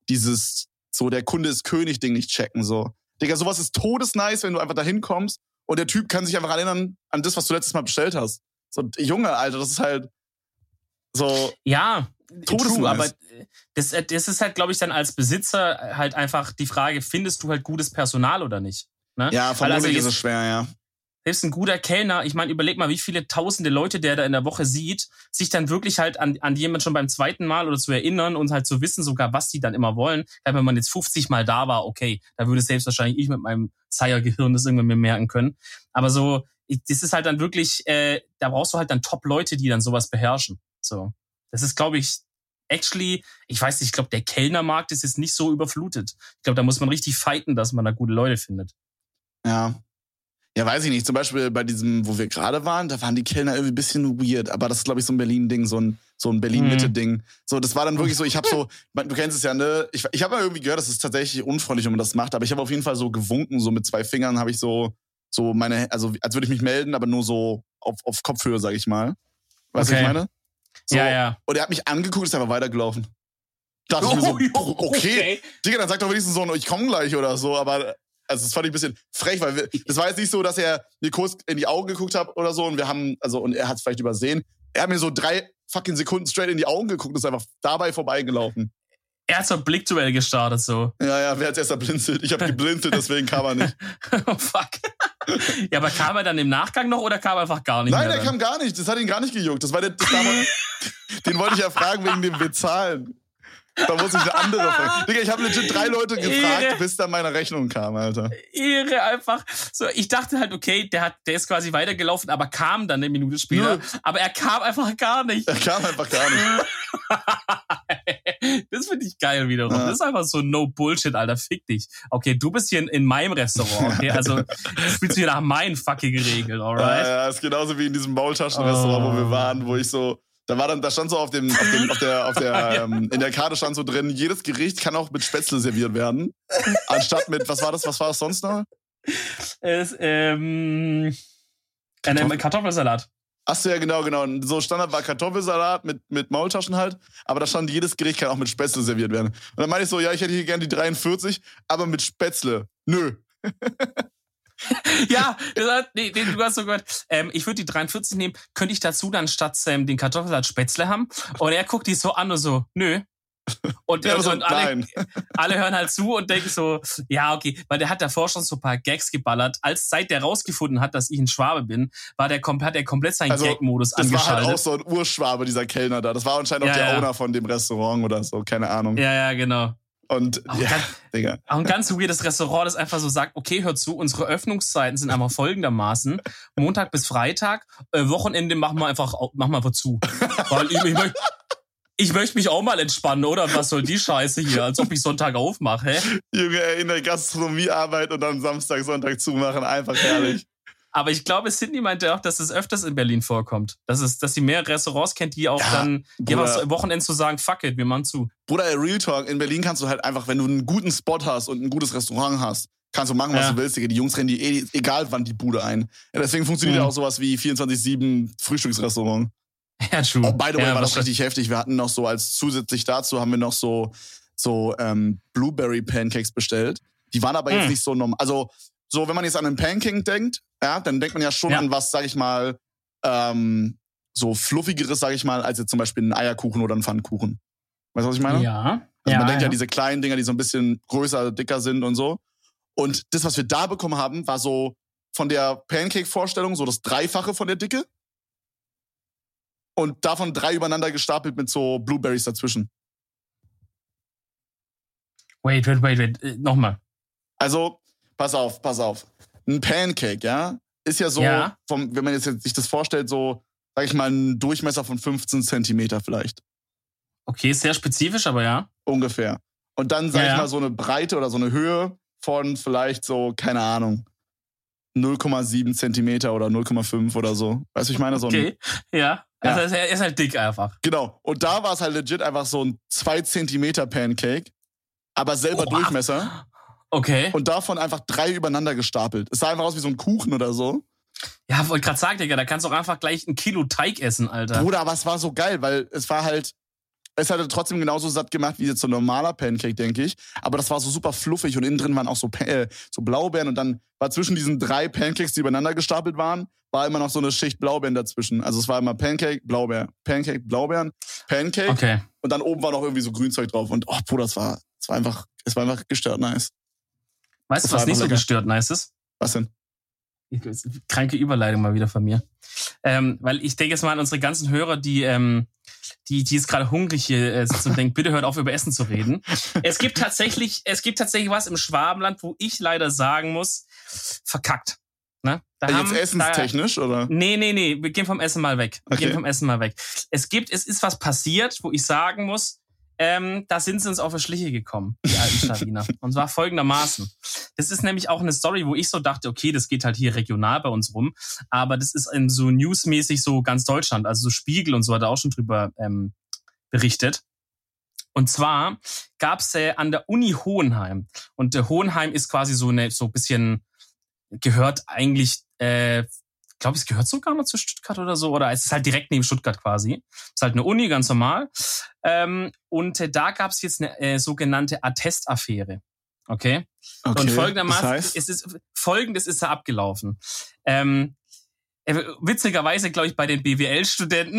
so der Kunde ist König-Ding nicht checken, so. Digga, sowas ist todesnice, wenn du einfach da hinkommst und der Typ kann sich einfach erinnern an das, was du letztes Mal bestellt hast. So, Junge, Alter, das ist halt so. Ja, true, aber das ist halt, glaube ich, dann als Besitzer halt einfach die Frage, findest du halt gutes Personal oder nicht? Ne? Ja, vermutlich ist es schwer, ja. Selbst ein guter Kellner, ich meine, überleg mal, wie viele tausende Leute der da in der Woche sieht, sich dann wirklich halt an jemanden schon beim zweiten Mal oder zu erinnern und halt zu wissen sogar, was die dann immer wollen. Wenn man jetzt 50 Mal da war, okay, da würde selbst wahrscheinlich ich mit meinem Sire-Gehirn das irgendwann mir merken können. Aber so, das ist halt dann wirklich, da brauchst du halt dann Top-Leute, die dann sowas beherrschen. So, das ist, glaube ich, actually, ich weiß nicht, ich glaube, der Kellnermarkt ist jetzt nicht so überflutet. Ich glaube, da muss man richtig fighten, dass man da gute Leute findet. Ja. Ja, weiß ich nicht. Zum Beispiel bei diesem, wo wir gerade waren, da waren die Kellner irgendwie ein bisschen weird. Aber das ist, glaube ich, so ein Berlin-Ding, so ein Berlin-Mitte-Ding. So, das war dann wirklich so, ich habe so, du kennst es ja, ne? Ich habe mal irgendwie gehört, das ist tatsächlich unfreundlich, wenn man das macht. Aber ich habe auf jeden Fall so gewunken, so mit 2 Fingern habe ich so meine, also als würde ich mich melden, aber nur so auf Kopfhöhe, sag ich mal. Weißt du, was ich meine? So, ja. Und er hat mich angeguckt, ist einfach weitergelaufen. Dachte ich mir so, okay. Digga, dann sag doch wenigstens so, ich komme gleich oder so, aber also das fand ich ein bisschen frech, weil das war jetzt nicht so, dass er mir kurz in die Augen geguckt hat oder so und wir haben, und er hat es vielleicht übersehen. Er hat mir so 3 fucking Sekunden straight in die Augen geguckt und ist einfach dabei vorbeigelaufen. Er hat so ein Blickduell gestartet, so. Ja, wer hat erst erblinzelt? Ich habe geblinzelt, deswegen kam er nicht. Oh, fuck. Ja, aber kam er dann im Nachgang noch oder kam er einfach gar nicht Nein, mehr? Nein, er kam gar nicht. Das hat ihn gar nicht gejuckt. Den wollte ich ja fragen wegen dem Bezahlen. Da muss ich eine andere fragen. Digga, ich habe legit 3 Leute gefragt, bis dann meine Rechnung kam, Alter. Ehre einfach. So, ich dachte halt, okay, der ist quasi weitergelaufen, aber kam dann eine Minute später. Aber er kam einfach gar nicht. Er kam einfach gar nicht. Das finde ich geil wiederum. Ja. Das ist einfach so no Bullshit, Alter. Fick dich. Okay, du bist hier in meinem Restaurant, okay? Also, du spielst hier nach meinen fucking Regeln, alright? Ja, ist genauso wie in diesem Maultaschenrestaurant, wo wir waren, wo ich so, da stand so in der Karte stand so drin, jedes Gericht kann auch mit Spätzle serviert werden. Anstatt mit, was war das sonst noch? Kartoffelsalat. Achso, ja, genau. So Standard war Kartoffelsalat mit Maultaschen halt, aber da stand, jedes Gericht kann auch mit Spätzle serviert werden. Und dann meinte ich so, ja, ich hätte hier gerne die 43, aber mit Spätzle. Nö. Ja, du hast so gehört, ich würde die 43 nehmen, könnte ich dazu dann statt den Kartoffelsalat Spätzle haben? Und er guckt die so an und so, nö. Und, ja, und alle hören halt zu und denken so, ja, okay, weil der hat davor schon so ein paar Gags geballert. Seit der rausgefunden hat, dass ich ein Schwabe bin, hat er komplett seinen Gag-Modus angeschaltet. Das war halt auch so ein Urschwabe, dieser Kellner da. Das war anscheinend auch der Owner von dem Restaurant oder so, keine Ahnung. Ja, genau. Und Digga. Auch ein ganz weirdes Restaurant, das einfach so sagt, okay, hört zu, unsere Öffnungszeiten sind einfach folgendermaßen. Montag bis Freitag, Wochenende machen wir einfach zu. Weil ich möchte mich auch mal entspannen, oder? Was soll die Scheiße hier? Als ob ich Sonntag aufmache. Junge, in der Gastronomie arbeiten und dann Samstag, Sonntag zumachen, einfach herrlich. Aber ich glaube, Sydney meinte auch, dass es öfters in Berlin vorkommt. Dass sie mehr Restaurants kennt, die auch dann am Wochenende zu sagen, fuck it, wir machen zu. Bruder, Real Talk, in Berlin kannst du halt einfach, wenn du einen guten Spot hast und ein gutes Restaurant hast, kannst du machen, was du willst, Digga. Die Jungs rennen egal wann die Bude ein. Ja, deswegen funktioniert ja auch sowas wie 24/7 Frühstücksrestaurant. Ja, true. Oh, by the way, war das richtig heftig. Wir hatten noch so zusätzlich dazu haben wir noch so Blueberry Pancakes bestellt. Die waren aber jetzt nicht so normal. Also, so, wenn man jetzt an einen Pancake denkt, ja, dann denkt man ja schon an was, sag ich mal, so fluffigeres, sag ich mal, als jetzt zum Beispiel einen Eierkuchen oder einen Pfannkuchen. Weißt du, was ich meine? Ja. Also man denkt ja diese kleinen Dinger, die so ein bisschen größer, dicker sind und so. Und das, was wir da bekommen haben, war so von der Pancake-Vorstellung so das Dreifache von der Dicke. Und davon 3 übereinander gestapelt mit so Blueberries dazwischen. Wait. Nochmal. Also, pass auf. Ein Pancake, ja, ist ja so, wenn man jetzt sich das vorstellt, so, sag ich mal, ein Durchmesser von 15 Zentimeter vielleicht. Okay, sehr spezifisch, aber ja. Ungefähr. Und dann, sag ich mal, so eine Breite oder so eine Höhe von vielleicht so, keine Ahnung, 0,7 Zentimeter oder 0,5 oder so. Weißt du, ich meine? So okay, ja. Also er ist halt dick einfach. Genau. Und da war es halt legit einfach so ein 2 Zentimeter Pancake, aber selber Durchmesser. Okay. Und davon einfach 3 übereinander gestapelt. Es sah einfach aus wie so ein Kuchen oder so. Ja, wollte gerade sagen, Digga, da kannst du auch einfach gleich 1 Kilo Teig essen, Alter. Bruder, aber es war so geil, weil es hat trotzdem genauso satt gemacht wie jetzt so ein normaler Pancake, denke ich. Aber das war so super fluffig und innen drin waren auch so Blaubeeren und dann war zwischen diesen 3 Pancakes, die übereinander gestapelt waren, war immer noch so eine Schicht Blaubeeren dazwischen. Also es war immer Pancake, Blaubeer, Pancake, Blaubeeren, Pancake. Okay. Und dann oben war noch irgendwie so Grünzeug drauf. Und Bruder, es war einfach gestört nice. Weißt du, was nicht so gestört nice ist? Was denn? Kranke Überleitung mal wieder von mir. Weil ich denke jetzt mal an unsere ganzen Hörer, die jetzt gerade hungrig hier sitzen und denken, bitte hört auf, über Essen zu reden. Es gibt tatsächlich was im Schwabenland, wo ich leider sagen muss, verkackt. Ne? Jetzt essenstechnisch, oder? Nee, wir gehen vom Essen mal weg. Es ist was passiert, wo ich sagen muss, da sind sie uns auf die Schliche gekommen, die alten Schlawiner. Und zwar folgendermaßen. Das ist nämlich auch eine Story, wo ich so dachte, okay, das geht halt hier regional bei uns rum, aber das ist in so newsmäßig so ganz Deutschland, also so Spiegel und so hat er auch schon drüber berichtet. Und zwar gab's an der Uni Hohenheim, und Hohenheim ist quasi so ein bisschen, gehört eigentlich, ich glaube, es gehört sogar noch zu Stuttgart oder so, oder es ist halt direkt neben Stuttgart quasi. Es ist halt eine Uni, ganz normal. Und da gab es jetzt eine sogenannte Attestaffäre. Okay? Und folgendermaßen, Folgendes ist da abgelaufen. Witzigerweise, glaube ich, bei den BWL-Studenten.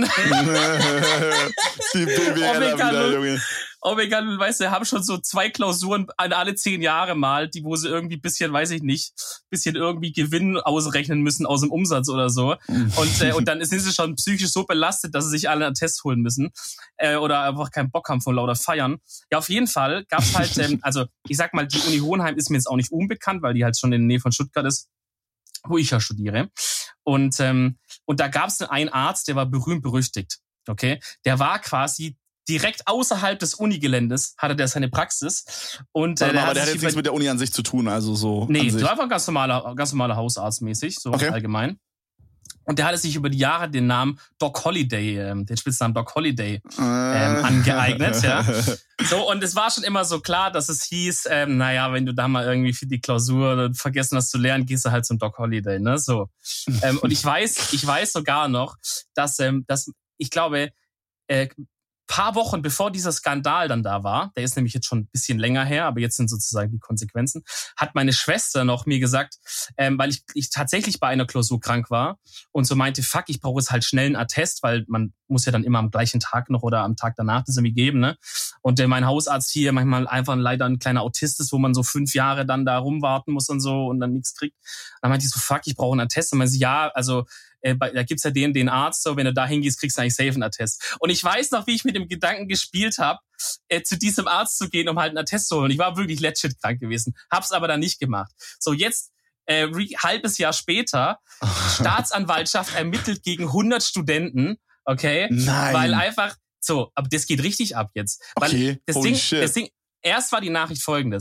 Die BWL-er, Junge. Omega, weißt du, haben schon so 2 Klausuren alle 10 Jahre mal, wo sie irgendwie bisschen, weiß ich nicht, bisschen irgendwie Gewinn ausrechnen müssen aus dem Umsatz oder so. Und dann sind sie schon psychisch so belastet, dass sie sich alle einen Test holen müssen. Oder einfach keinen Bock haben von lauter Feiern. Ja, auf jeden Fall gab's halt, also ich sag mal, die Uni Hohenheim ist mir jetzt auch nicht unbekannt, weil die halt schon in der Nähe von Stuttgart ist, wo ich ja studiere. Und da gab's einen Arzt, der war berühmt berüchtigt. Okay? Der war quasi direkt außerhalb des Unigeländes hatte der seine Praxis. Und aber der hat jetzt nichts mit der Uni an sich zu tun, also so. Nee, der war einfach ganz normaler Hausarztmäßig, so allgemein. Und der hatte sich über die Jahre den Namen Doc Holliday, den Spitznamen Doc Holliday, angeeignet, ja. So, und es war schon immer so klar, dass es hieß, wenn du da mal irgendwie für die Klausur vergessen hast zu lernen, gehst du halt zum Doc Holliday, ne, so. Und ich weiß sogar noch, dass ich glaube, paar Wochen bevor dieser Skandal dann da war, der ist nämlich jetzt schon ein bisschen länger her, aber jetzt sind sozusagen die Konsequenzen, hat meine Schwester noch mir gesagt, weil ich tatsächlich bei einer Klausur krank war und so meinte, fuck, ich brauche jetzt halt schnell einen Attest, weil man muss ja dann immer am gleichen Tag noch oder am Tag danach das irgendwie geben, ne? Und mein Hausarzt hier manchmal einfach leider ein kleiner Autist ist, wo man so 5 Jahre dann da rumwarten muss und so und dann nichts kriegt. Dann meinte ich so, fuck, ich brauche einen Attest. Und meinte sie, ja, also da gibt's ja den Arzt, so wenn du da hingehst, kriegst du eigentlich safe einen Attest. Und ich weiß noch, wie ich mit dem Gedanken gespielt habe, zu diesem Arzt zu gehen, um halt einen Attest zu holen. Ich war wirklich legit krank gewesen, hab's aber dann nicht gemacht. So, jetzt halbes Jahr später, Staatsanwaltschaft ermittelt gegen 100 Studenten, okay? Nein. Weil einfach, so, aber das geht richtig ab jetzt. Weil okay, das Ding, erst war die Nachricht folgendes.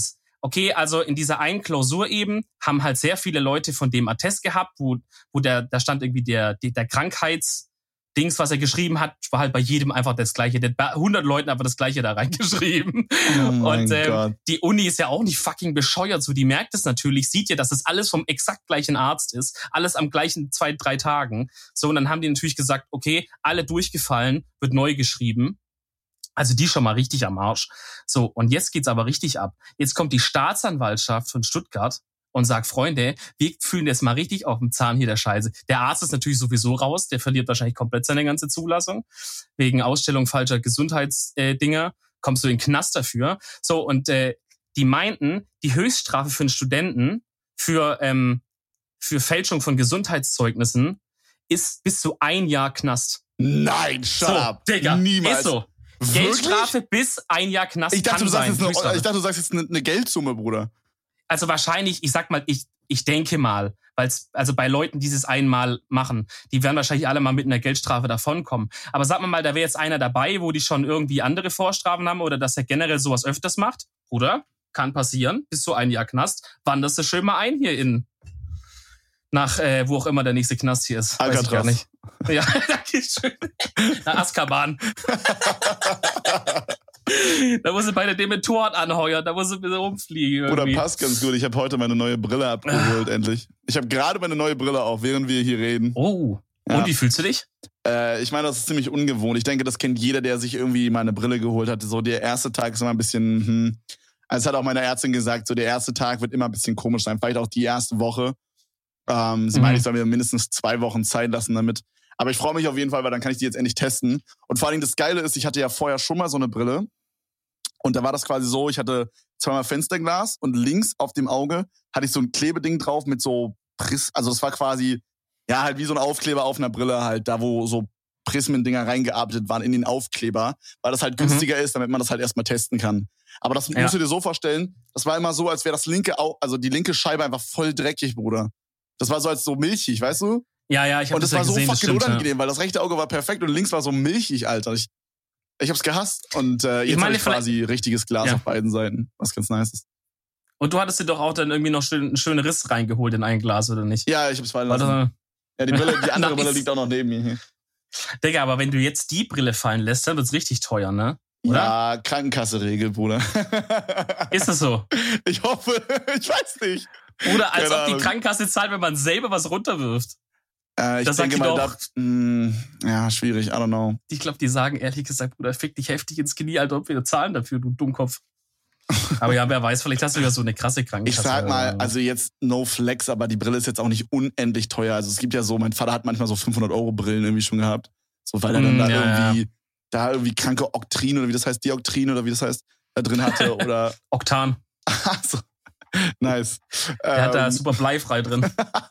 okay, also in dieser einen Klausur eben haben halt sehr viele Leute von dem Attest gehabt, wo da stand irgendwie der Krankheitsdings, was er geschrieben hat, war halt bei jedem einfach das Gleiche. Der hat bei 100 Leuten einfach das Gleiche da reingeschrieben. Oh mein Gott. Die Uni ist ja auch nicht fucking bescheuert, so die merkt es natürlich, sieht ja, dass es alles vom exakt gleichen Arzt ist, alles am gleichen 2-3 Tagen. So, und dann haben die natürlich gesagt, okay, alle durchgefallen, wird neu geschrieben. Also die schon mal richtig am Arsch. So, und jetzt geht's aber richtig ab. Jetzt kommt die Staatsanwaltschaft von Stuttgart und sagt, Freunde, wir fühlen jetzt mal richtig auf dem Zahn hier der Scheiße. Der Arzt ist natürlich sowieso raus, der verliert wahrscheinlich komplett seine ganze Zulassung. Wegen Ausstellung falscher Gesundheitsdinger kommst du in den Knast dafür. So, und die meinten, die Höchststrafe für einen Studenten für Fälschung von Gesundheitszeugnissen ist bis zu 1 Jahr Knast. Nein, shut up. Digga, niemals. Ist so. Wirklich? Geldstrafe bis 1 Jahr Knast. Ich dachte, du sagst jetzt eine Geldsumme, Bruder. Also wahrscheinlich, ich sag mal, ich denke mal, also bei Leuten, die es einmal machen, die werden wahrscheinlich alle mal mit einer Geldstrafe davonkommen. Aber sag mal, da wäre jetzt einer dabei, wo die schon irgendwie andere Vorstrafen haben oder dass er generell sowas öfters macht. Bruder, kann passieren, bis zu 1 Jahr Knast. Wanderst du schön mal ein hier nach wo auch immer der nächste Knast hier ist. Alcatraz. Weiß ich gar nicht. Ja, danke schön. Nach Azkaban. Da muss ich bei der Dementoren anheuern, da muss ich ein bisschen rumfliegen. Oder passt ganz gut. Ich habe heute meine neue Brille abgeholt, endlich. Ich habe gerade meine neue Brille auf, während wir hier reden. Oh, ja. Und wie fühlst du dich? Ich meine, das ist ziemlich ungewohnt. Ich denke, das kennt jeder, der sich irgendwie mal eine Brille geholt hat. So der erste Tag ist immer ein bisschen, Also es hat auch meine Ärztin gesagt, so der erste Tag wird immer ein bisschen komisch sein. Vielleicht auch die erste Woche. Sie meint, ich soll mir mindestens 2 Wochen Zeit lassen damit. Aber ich freue mich auf jeden Fall, weil dann kann ich die jetzt endlich testen. Und vor allem das Geile ist, ich hatte ja vorher schon mal so eine Brille. Und da war das quasi so, ich hatte 2-mal Fensterglas und links auf dem Auge hatte ich so ein Klebeding drauf mit so also das war quasi, ja, halt wie so ein Aufkleber auf einer Brille halt, da wo so Prismendinger reingearbeitet waren in den Aufkleber, weil das halt günstiger ist, damit man das halt erstmal testen kann. Aber das musst du dir so vorstellen, das war immer so, als wäre das also die linke Scheibe einfach voll dreckig, Bruder. Das war so als so milchig, weißt du? Ja, ich habe das ja gesehen. Und das war so fucking unangenehm, ja. Weil das rechte Auge war perfekt und links war so milchig, Alter. Ich hab's gehasst und jetzt habe ich quasi richtiges Glas auf beiden Seiten, was ganz nice ist. Und du hattest dir doch auch dann irgendwie noch einen schönen Riss reingeholt in ein Glas, oder nicht? Ja, ich hab's fallen lassen. Ja, die andere Brille liegt auch noch neben mir hier. Digga, aber wenn du jetzt die Brille fallen lässt, dann wird's richtig teuer, ne? Oder? Ja, Krankenkasse-Regel, Bruder. Ist das so? Ich hoffe, ich weiß nicht. Oder als ob die Krankenkasse zahlt, wenn man selber was runterwirft. Ich denke mal, ja, schwierig, I don't know. Ich glaube, die sagen ehrlich gesagt, Bruder, fick dich heftig ins Knie, Alter, ob wir zahlen dafür, du Dummkopf. Aber ja, wer weiß, vielleicht hast du ja so eine krasse Krankenkasse. Ich sag mal, also jetzt no flex, aber die Brille ist jetzt auch nicht unendlich teuer. Also es gibt ja so, mein Vater hat manchmal so 500 € Brillen irgendwie schon gehabt. So, weil er dann da irgendwie kranke Oktrin oder wie das heißt, Dioktrin oder wie das heißt, da drin hatte oder... Oktan. Achso, nice. Der hat da super bleifrei drin.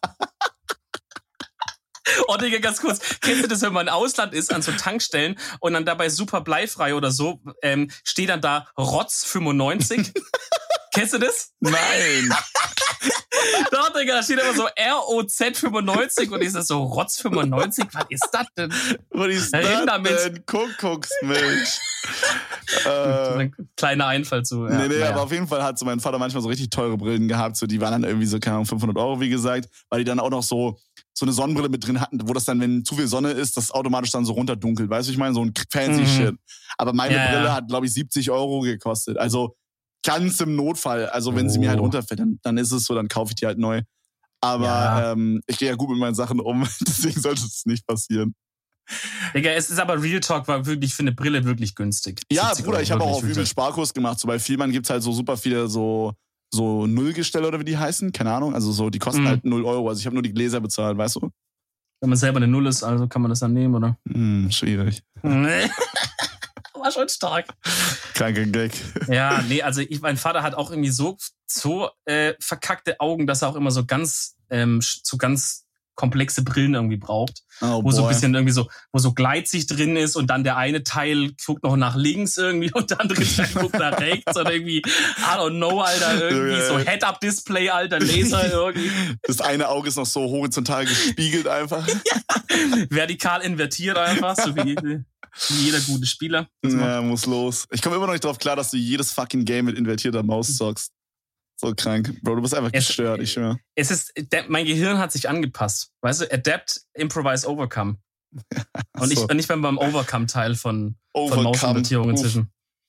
Oh, Digga, ganz kurz. Kennst du das, wenn man im Ausland ist, an so Tankstellen und dann dabei super bleifrei oder so, steht dann da Rotz 95? Kennst du das? Nein. Doch, Digga, da steht immer so ROZ 95 und ist das so Rotz 95? Was ist das denn? Was ist das denn? Kuckucksmilch. Ein kleiner Einfall zu. Ja, nee, aber auf jeden Fall hat so mein Vater manchmal so richtig teure Brillen gehabt. So, die waren dann irgendwie so, keine Ahnung, 500 €, wie gesagt, weil die dann auch noch so eine Sonnenbrille mit drin hatten, wo das dann, wenn zu viel Sonne ist, das automatisch dann so runterdunkelt. Weißt du, ich meine, so ein fancy Shit. Aber meine Brille hat, glaube ich, 70 € gekostet. Also ganz im Notfall. Also wenn sie mir halt runterfällt, dann ist es so, dann kaufe ich die halt neu. Aber ich gehe ja gut mit meinen Sachen um, deswegen sollte es nicht passieren. Digga, es ist aber Real Talk, war wirklich für eine Brille wirklich günstig. Ja, Bruder, ich habe auch auf übel Sparkurs gemacht. So bei Vielmann gibt's halt so super viele so Nullgestelle oder wie die heißen, keine Ahnung. Also so, die kosten halt 0 €. Also ich habe nur die Gläser bezahlt, weißt du? Wenn man selber eine Null ist, also kann man das dann nehmen, oder? Schwierig. War schon stark. Kranker Gag. Ja, nee, also mein Vater hat auch irgendwie so verkackte Augen, dass er auch immer so ganz komplexe Brillen irgendwie braucht. Wo so ein bisschen irgendwie so, wo so Gleitsicht drin ist und dann der eine Teil guckt noch nach links irgendwie und der andere Teil guckt nach rechts oder irgendwie, I don't know, Alter, irgendwie so Head-Up-Display, Alter, Laser irgendwie. Das eine Auge ist noch so horizontal gespiegelt einfach. Vertikal invertiert einfach, so wie jeder gute Spieler. Ja, muss los. Ich komme immer noch nicht drauf klar, dass du jedes fucking Game mit invertierter Maus zockst. So krank. Bro, du bist einfach gestört, ich schwör. Mein Gehirn hat sich angepasst. Weißt du, Adapt, Improvise, Overcome. Und ich bin beim Overcome-Teil von Mausnotierung inzwischen.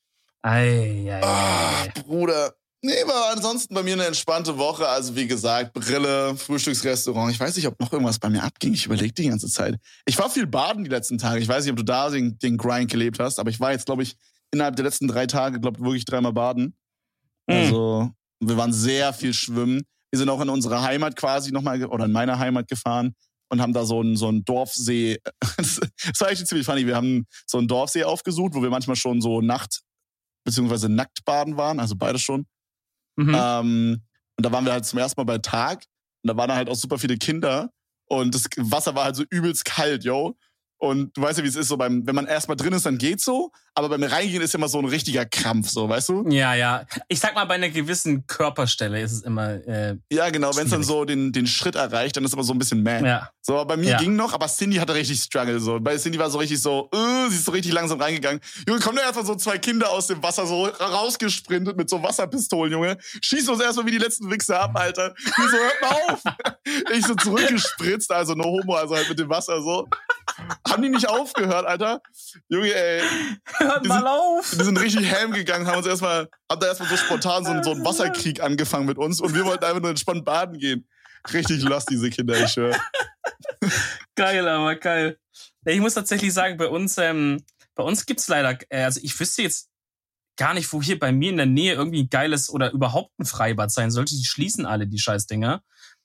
Bruder. Nee, war ansonsten bei mir eine entspannte Woche. Also wie gesagt, Brille, Frühstücksrestaurant. Ich weiß nicht, ob noch irgendwas bei mir abging. Ich überlege die ganze Zeit. Ich war viel baden die letzten Tage. Ich weiß nicht, ob du da den Grind gelebt hast, aber ich war jetzt, glaube ich, innerhalb der letzten 3 Tage, wirklich 3-mal baden. Also wir waren sehr viel schwimmen. Wir sind auch in unsere Heimat quasi nochmal, oder in meine Heimat gefahren und haben da so einen Dorfsee. Das war eigentlich ziemlich funny. Wir haben so einen Dorfsee aufgesucht, wo wir manchmal schon so beziehungsweise nackt baden waren, also beides schon. Und da waren wir halt zum ersten Mal bei Tag und da waren da halt auch super viele Kinder und das Wasser war halt so übelst kalt, yo. Und du weißt ja, wie es ist, so wenn man erstmal drin ist, dann geht's so, aber beim Reingehen ist immer so ein richtiger Krampf, so, weißt du? Ja. Ich sag mal, bei einer gewissen Körperstelle ist es immer ja, genau, wenn es dann so den Schritt erreicht, dann ist immer so ein bisschen meh. Ja. So, bei mir ging noch, aber Cindy hatte richtig Struggle, so. Bei Cindy war so richtig so, sie ist so richtig langsam reingegangen. Junge, kommen da erstmal so 2 Kinder aus dem Wasser so rausgesprintet mit so Wasserpistolen, Junge. Schieß uns erstmal wie die letzten Wichser ab, Alter. Die so, hört mal auf. Ich so zurückgespritzt, also no homo, also halt mit dem Wasser so. Haben die nicht aufgehört, Alter? Junge, ey. Hört mal auf! Die sind richtig ham gegangen, haben da erstmal so spontan so einen Wasserkrieg angefangen mit uns und wir wollten einfach nur entspannt baden gehen. Richtig lost, diese Kinder, ich schwör. Geil, aber geil. Ich muss tatsächlich sagen, bei uns gibt's leider, also ich wüsste jetzt gar nicht, wo hier bei mir in der Nähe irgendwie ein geiles oder überhaupt ein Freibad sein sollte. Die schließen alle, die Scheißdinger.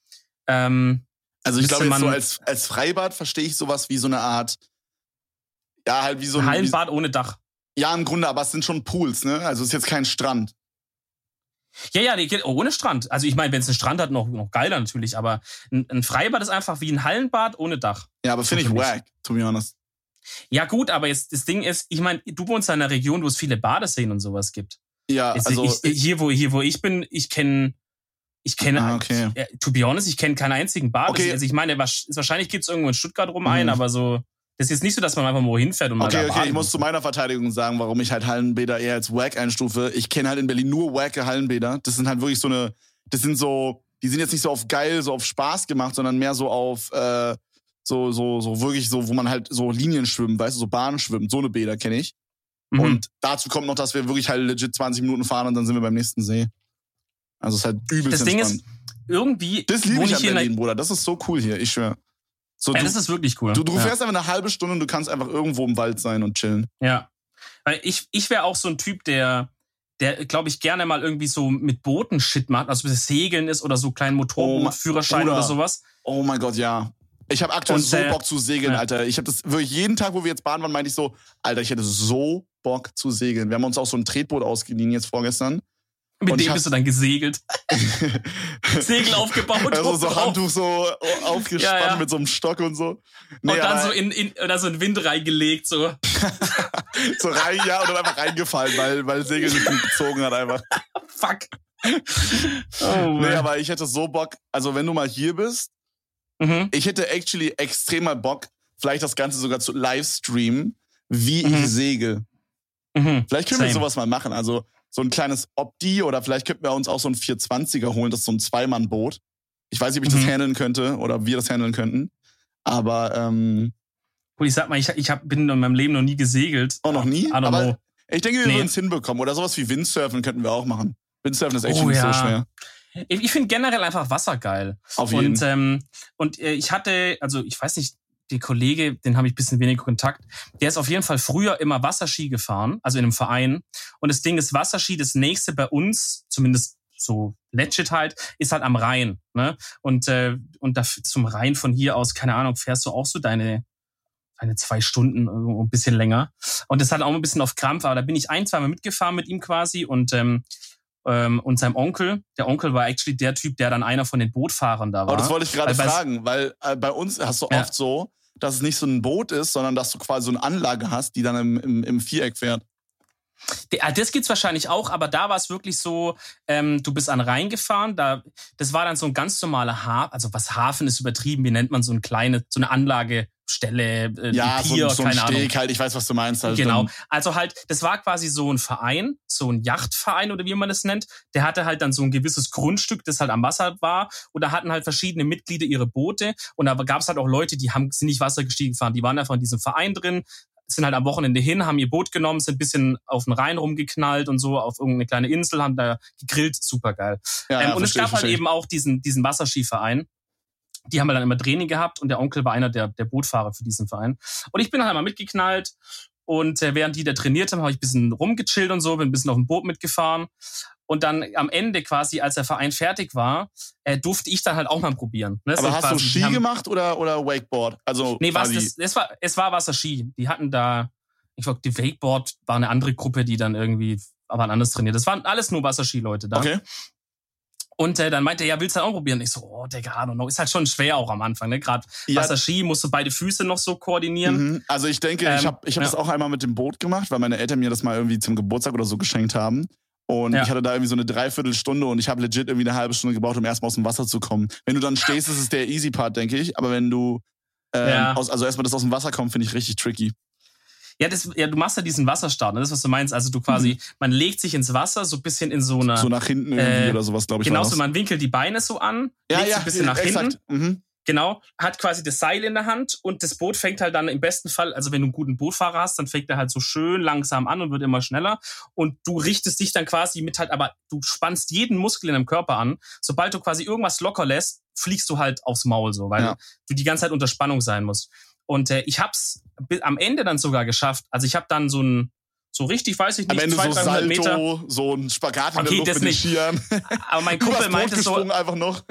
Also ich glaube jetzt so als Freibad verstehe ich sowas wie so eine Art, ja halt wie so ein Hallenbad ohne Dach. Ja, im Grunde, aber es sind schon Pools, ne? Also es ist jetzt kein Strand. Ja, die geht ohne Strand. Also ich meine, wenn es einen Strand hat, noch geiler natürlich, aber ein Freibad ist einfach wie ein Hallenbad ohne Dach. Ja, aber finde ich wack, to be honest. Ja gut, aber jetzt das Ding ist, ich meine, du wohnst in einer Region, wo es viele Badeseen und sowas gibt. Ja, jetzt, also hier wo ich bin, ich kenne, okay. To be honest, ich kenne keinen einzigen Badesee. Okay. Also ich meine, wahrscheinlich gibt es irgendwo in Stuttgart rum einen, aber so, das ist jetzt nicht so, dass man einfach mal hinfährt und mal da baden ich muss zu meiner Verteidigung sagen, warum ich halt Hallenbäder eher als wack einstufe. Ich kenne halt in Berlin nur wacke Hallenbäder. Das sind halt wirklich die sind jetzt nicht so auf geil, so auf Spaß gemacht, sondern mehr so auf, so wirklich so, wo man halt so Linien schwimmt, weißt du, so Bahnen schwimmt. So eine Bäder kenne ich. Und dazu kommt noch, dass wir wirklich halt legit 20 Minuten fahren und dann sind wir beim nächsten See. Also es ist halt übelst Das Ding entspannt. ist, irgendwie das liebe ich an Berlin, Bruder. Das ist so cool hier, ich schwör. So, das ist wirklich cool. Du fährst einfach eine halbe Stunde und du kannst einfach irgendwo im Wald sein und chillen. Ja. Weil ich wäre auch so ein Typ, der glaube ich, gerne mal irgendwie so mit Booten Shit macht, also das Segeln ist oder so kleinen Motorbootführerschein oder sowas. Oh mein Gott, ja. Ich habe aktuell so Bock zu segeln, Alter. Ich habe das wirklich jeden Tag, wo wir jetzt baden waren, meinte ich so, Alter, ich hätte so Bock zu segeln. Wir haben uns auch so ein Tretboot ausgeliehen jetzt vorgestern. Mit dem bist du dann gesegelt. Segel aufgebaut. Also so Handtuch so aufgespannt mit so einem Stock und so. Nee, und dann so in Wind reingelegt, so. So rein, ja, und dann einfach reingefallen, weil Segel nicht gut gezogen hat einfach. Fuck. Nee, aber ich hätte so Bock, also wenn du mal hier bist, ich hätte actually extrem mal Bock, vielleicht das Ganze sogar zu livestreamen, wie ich segel. Vielleicht können wir sowas mal machen, also so ein kleines Opti oder vielleicht könnten wir uns auch so ein 420er holen, das ist so ein 2-Mann-Boot. Ich weiß nicht, ob ich das handeln könnte oder wir das handeln könnten, aber ich sag mal, ich bin in meinem Leben noch nie gesegelt. Oh, noch nie? Aber ich denke, wir würden es hinbekommen. Oder sowas wie Windsurfen könnten wir auch machen. Windsurfen ist echt nicht so schwer. Ich finde generell einfach Wasser geil. Auf jeden. Und ich hatte, also ich weiß nicht, der Kollege, den habe ich ein bisschen weniger Kontakt, der ist auf jeden Fall früher immer Wasserski gefahren, also in einem Verein. Und das Ding ist, Wasserski, das nächste bei uns, zumindest so legit halt, ist halt am Rhein. Ne? Und da zum Rhein von hier aus, keine Ahnung, fährst du auch so deine 2 Stunden, ein bisschen länger. Und das hat auch ein bisschen auf Krampf, aber da bin ich 1-2 Mal mitgefahren mit ihm quasi und seinem Onkel. Der Onkel war actually der Typ, der dann einer von den Bootfahrern da war. Aber das wollte ich gerade fragen, weil bei uns hast du oft so, dass es nicht so ein Boot ist, sondern dass du quasi so eine Anlage hast, die dann im Viereck fährt. Das gibt's wahrscheinlich auch, aber da war es wirklich so, du bist an Rhein gefahren, das war dann so ein ganz normaler Hafen, also was Hafen ist übertrieben, wie nennt man so eine Anlage Stelle, ja, Pier, so ein keine Ahnung. Steg halt, ich weiß, was du meinst. Halt Genau, dann. also halt, das war quasi so ein Verein, so ein Yachtverein oder wie man das nennt. Der hatte halt dann so ein gewisses Grundstück, das halt am Wasser war. Und da hatten halt verschiedene Mitglieder ihre Boote. Und da gab es halt auch Leute, sind nicht wassergestiegen gefahren, die waren einfach in diesem Verein drin, sind halt am Wochenende hin, haben ihr Boot genommen, sind ein bisschen auf den Rhein rumgeknallt und so, auf irgendeine kleine Insel, haben da gegrillt, super geil. Ja, und es gab halt eben auch diesen Wasserskiverein. Die haben dann immer Training gehabt und der Onkel war einer der Bootfahrer für diesen Verein. Und ich bin halt mal mitgeknallt und während die da trainiert haben, habe ich ein bisschen rumgechillt und so, bin ein bisschen auf dem Boot mitgefahren. Und dann am Ende quasi, als der Verein fertig war, durfte ich dann halt auch mal probieren. Ne? Aber hast du Ski gemacht oder Wakeboard? Also nee, es war Wasserski. Die hatten da, ich glaube, die Wakeboard war eine andere Gruppe, die dann irgendwie aber anders trainiert. Das waren alles nur Wasserski-Leute da. Okay. Und dann meinte er, ja, willst du dann auch probieren? Ich so, oh, Digga, I don't know. Ist halt schon schwer auch am Anfang, ne? Gerade Wasserski musst du beide Füße noch so koordinieren. Also ich denke, ich hab das auch einmal mit dem Boot gemacht, weil meine Eltern mir das mal irgendwie zum Geburtstag oder so geschenkt haben. Und ich hatte da irgendwie so eine Dreiviertelstunde und ich habe legit irgendwie eine halbe Stunde gebraucht, um erstmal aus dem Wasser zu kommen. Wenn du dann stehst, ist es der easy Part, denke ich. Aber wenn du also erstmal das aus dem Wasser kommt, finde ich richtig tricky. Ja, du machst ja diesen Wasserstart, ne? Das ist, was du meinst. Also du quasi, man legt sich ins Wasser, so ein bisschen in so einer... So nach hinten irgendwie oder sowas, glaube ich. Genau, so man winkelt die Beine so an, legt sich ein bisschen nach hinten. Genau, hat quasi das Seil in der Hand und das Boot fängt halt dann im besten Fall, also wenn du einen guten Bootfahrer hast, dann fängt er halt so schön langsam an und wird immer schneller und du richtest dich dann quasi mit halt, aber du spannst jeden Muskel in deinem Körper an. Sobald du quasi irgendwas locker lässt, fliegst du halt aufs Maul so, weil du die ganze Zeit unter Spannung sein musst. Und ich hab's am Ende dann sogar geschafft. Also ich habe dann so richtig, weiß ich nicht, am Ende 200-300 so Salto, Meter. So ein Spagat in der Luft mit den Skiern. Aber mein Kumpel meinte so... einfach noch.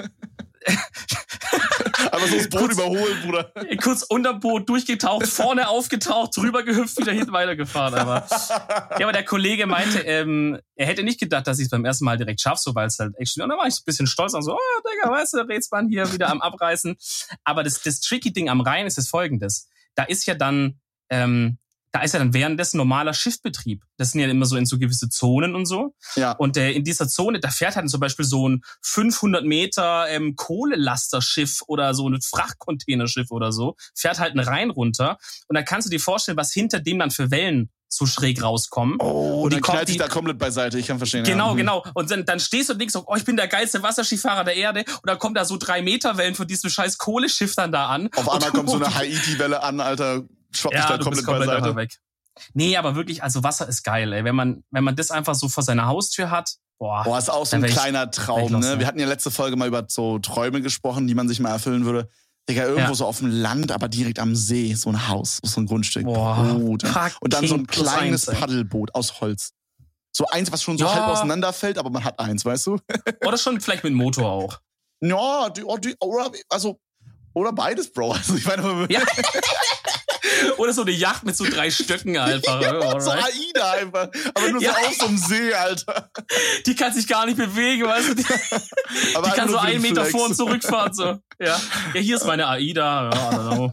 Aber so das Boot überholen, Bruder. Kurz unterm Boot durchgetaucht, vorne aufgetaucht, drüber gehüpft, wieder hinten weitergefahren. Aber der Kollege meinte, er hätte nicht gedacht, dass ich es beim ersten Mal direkt schaffe, so, weil es halt echt schön. Und da war ich so ein bisschen stolz und so, oh, Digga, weißt du, Rätsmann hier wieder am Abreißen. Aber das tricky Ding am Rhein ist das Folgendes. Da ist ja dann währenddessen normaler Schiffbetrieb. Das sind ja immer so in so gewisse Zonen und so. Ja. Und in dieser Zone, da fährt halt zum Beispiel so ein 500 Meter Kohlelasterschiff oder so ein Frachtcontainerschiff oder so, fährt halt einen Rhein runter. Und da kannst du dir vorstellen, was hinter dem dann für Wellen so schräg rauskommen. Oh, und die knallt sich da komplett beiseite, ich kann verstehen. Genau. Und dann stehst du und denkst so, oh, ich bin der geilste Wasserskifahrer der Erde. Und dann kommen da so 3 Meter Wellen von diesem scheiß Kohleschiff dann da an. Auf einmal kommt so eine Haiti-Welle an, Alter. Schwapp dich da komplett beiseite. Weg. Nee, aber wirklich, also Wasser ist geil, ey. Wenn man das einfach so vor seiner Haustür hat, boah, ist auch so ein kleiner Traum, ne? Wir hatten ja letzte Folge mal über so Träume gesprochen, die man sich mal erfüllen würde. Digga, irgendwo so auf dem Land, aber direkt am See, so ein Haus, so ein Grundstück. Boah, und dann so ein kleines Paddelboot aus Holz. So eins, was schon so halb auseinanderfällt, aber man hat eins, weißt du? Oder schon vielleicht mit Motor auch. Ja, oder beides, Bro. Also ich meine, oder so eine Yacht mit so 3 Stöcken einfach. Ja, so AIDA einfach. Aber nur so auf so einem See, Alter. Die kann sich gar nicht bewegen, weißt du? Die kann so 1 Meter vor und zurückfahren. So. Ja, hier ist meine AIDA. Ja, I don't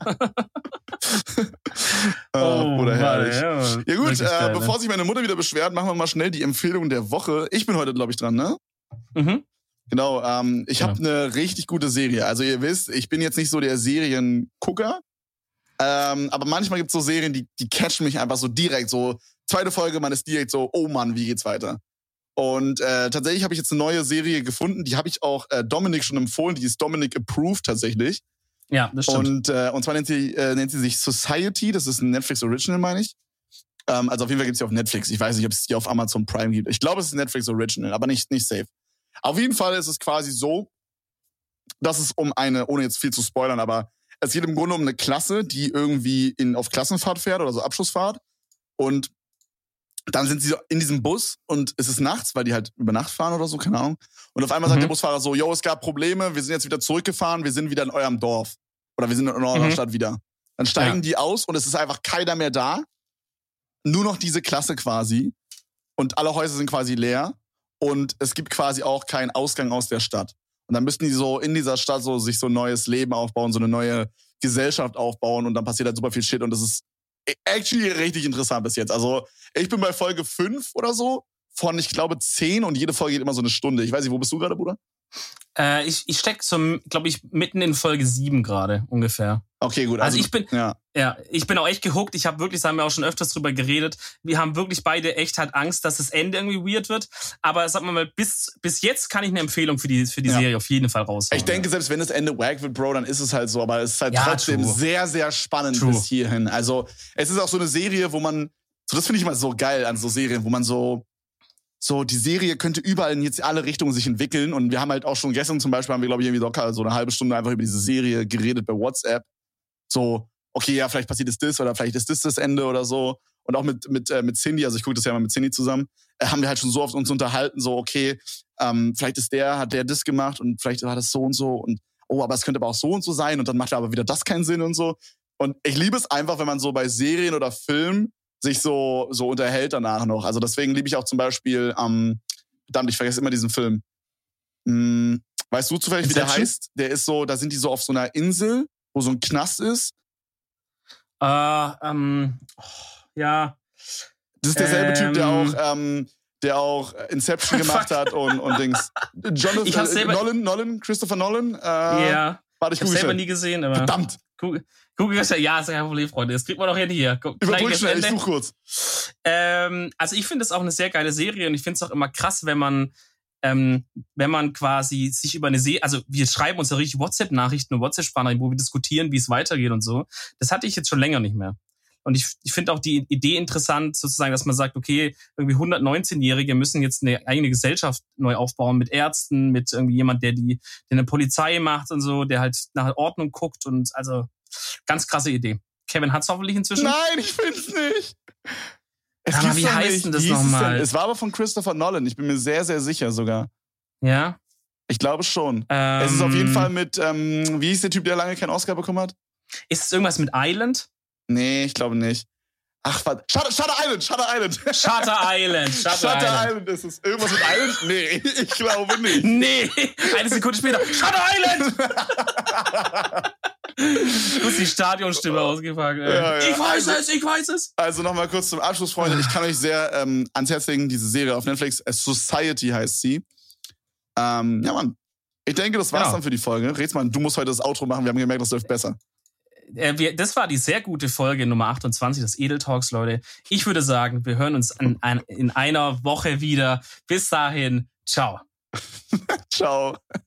know. Oder herrlich. Ja gut, geil, bevor sich meine Mutter wieder beschwert, machen wir mal schnell die Empfehlung der Woche. Ich bin heute, glaube ich, dran, ne? Mhm. Genau, ich habe eine richtig gute Serie. Also ihr wisst, ich bin jetzt nicht so der Seriengucker, aber manchmal gibt's so Serien, die catchen mich einfach so direkt. So, 2. Folge, man ist direkt so, oh Mann, wie geht's weiter? Und tatsächlich habe ich jetzt eine neue Serie gefunden, die habe ich auch Dominik schon empfohlen, die ist Dominik approved tatsächlich. Ja, das stimmt. Und zwar nennt sie sich Society, das ist ein Netflix Original, meine ich. Also auf jeden Fall gibt's die auf Netflix. Ich weiß nicht, ob es die auf Amazon Prime gibt. Ich glaube, es ist Netflix Original, aber nicht safe. Auf jeden Fall ist es quasi so, dass es um ohne jetzt viel zu spoilern, aber es geht im Grunde um eine Klasse, die irgendwie auf Klassenfahrt fährt oder so Abschlussfahrt. Und dann sind sie so in diesem Bus und es ist nachts, weil die halt über Nacht fahren oder so, keine Ahnung. Und auf einmal sagt der Busfahrer so, yo, es gab Probleme, wir sind jetzt wieder zurückgefahren, wir sind wieder in eurem Dorf. Oder wir sind in eurer Stadt wieder. Dann steigen die aus und es ist einfach keiner mehr da. Nur noch diese Klasse quasi. Und alle Häuser sind quasi leer. Und es gibt quasi auch keinen Ausgang aus der Stadt. Und dann müssten die so in dieser Stadt so sich so ein neues Leben aufbauen, so eine neue Gesellschaft aufbauen und dann passiert halt super viel Shit und das ist actually richtig interessant bis jetzt. Also ich bin bei Folge 5 oder so von, ich glaube, 10 und jede Folge geht immer so eine Stunde. Ich weiß nicht, wo bist du gerade, Bruder? Ich stecke glaube ich, mitten in Folge 7 gerade ungefähr. Okay, gut. Also ich bin auch echt gehuckt. Ich habe wirklich, da haben wir auch schon öfters drüber geredet, wir haben wirklich beide echt halt Angst, dass das Ende irgendwie weird wird. Aber sagen wir mal, bis jetzt kann ich eine Empfehlung für die Serie auf jeden Fall raushauen. Ich denke, selbst wenn das Ende wack wird, Bro, dann ist es halt so. Aber es ist halt trotzdem sehr, sehr spannend bis hierhin. Also es ist auch so eine Serie, wo man, so das finde ich immer so geil an so Serien, wo man so die Serie könnte überall in jetzt alle Richtungen sich entwickeln. Und wir haben halt auch schon gestern zum Beispiel, haben wir, glaube ich, irgendwie locker so eine halbe Stunde einfach über diese Serie geredet bei WhatsApp. So, okay, ja, vielleicht passiert es das oder vielleicht ist das Ende oder so. Und auch mit Cindy, also ich gucke das ja mal mit Cindy zusammen, haben wir halt schon so oft uns unterhalten, so, okay, vielleicht hat der das gemacht und vielleicht war das so und so und aber es könnte aber auch so und so sein und dann macht aber wieder das keinen Sinn und so. Und ich liebe es einfach, wenn man so bei Serien oder Filmen sich so unterhält danach noch. Also deswegen liebe ich auch zum Beispiel, verdammt, ich vergesse immer diesen Film. Weißt du zufällig, wie der heißt? Der ist so, da sind die so auf so einer Insel, wo so ein Knast ist. Ja. Das ist derselbe Typ, der auch Inception gemacht hat und Dings. Christopher Nolan. Ja. Warte, ich habe selber nie gesehen, aber. Verdammt. Google ist ja, ist kein Problem, Freunde. Das kriegt man doch hier. Überbrück schnell, ich such kurz. Also ich finde es auch eine sehr geile Serie und ich finde es auch immer krass, wenn man quasi sich über eine Serie, also wir schreiben uns ja richtig WhatsApp-Nachrichten und WhatsApp-Sprachnachrichten, wo wir diskutieren, wie es weitergeht und so. Das hatte ich jetzt schon länger nicht mehr. Und ich finde auch die Idee interessant, sozusagen, dass man sagt, okay, irgendwie 119-Jährige müssen jetzt eine eigene Gesellschaft neu aufbauen mit Ärzten, mit irgendwie jemand, der eine Polizei macht und so, der halt nach Ordnung guckt und also ganz krasse Idee. Kevin hat's hoffentlich inzwischen? Nein, ich find's nicht. Aber wie heißt denn das nochmal? Es war aber von Christopher Nolan. Ich bin mir sehr, sehr sicher sogar. Ja? Ich glaube schon. Es ist auf jeden Fall mit, wie hieß der Typ, der lange keinen Oscar bekommen hat? Ist es irgendwas mit Island? Nee, ich glaube nicht. Ach, Shutter Island. Shutter Island ist es. Irgendwas mit Island? Nee, ich glaube nicht. Nee, eine Sekunde später. Shutter Island! Du hast die Stadionstimme ausgepackt. Ja. Ich weiß es. Also nochmal kurz zum Abschluss, Freunde. Ich kann euch sehr ans Herz legen, diese Serie auf Netflix. Society heißt sie. Ja, Mann. Ich denke, das war's dann für die Folge. Rätsmann, du musst heute das Outro machen. Wir haben gemerkt, das läuft besser. Das war die sehr gute Folge Nummer 28 des Edel Talks, Leute. Ich würde sagen, wir hören uns in einer Woche wieder. Bis dahin, ciao. Ciao.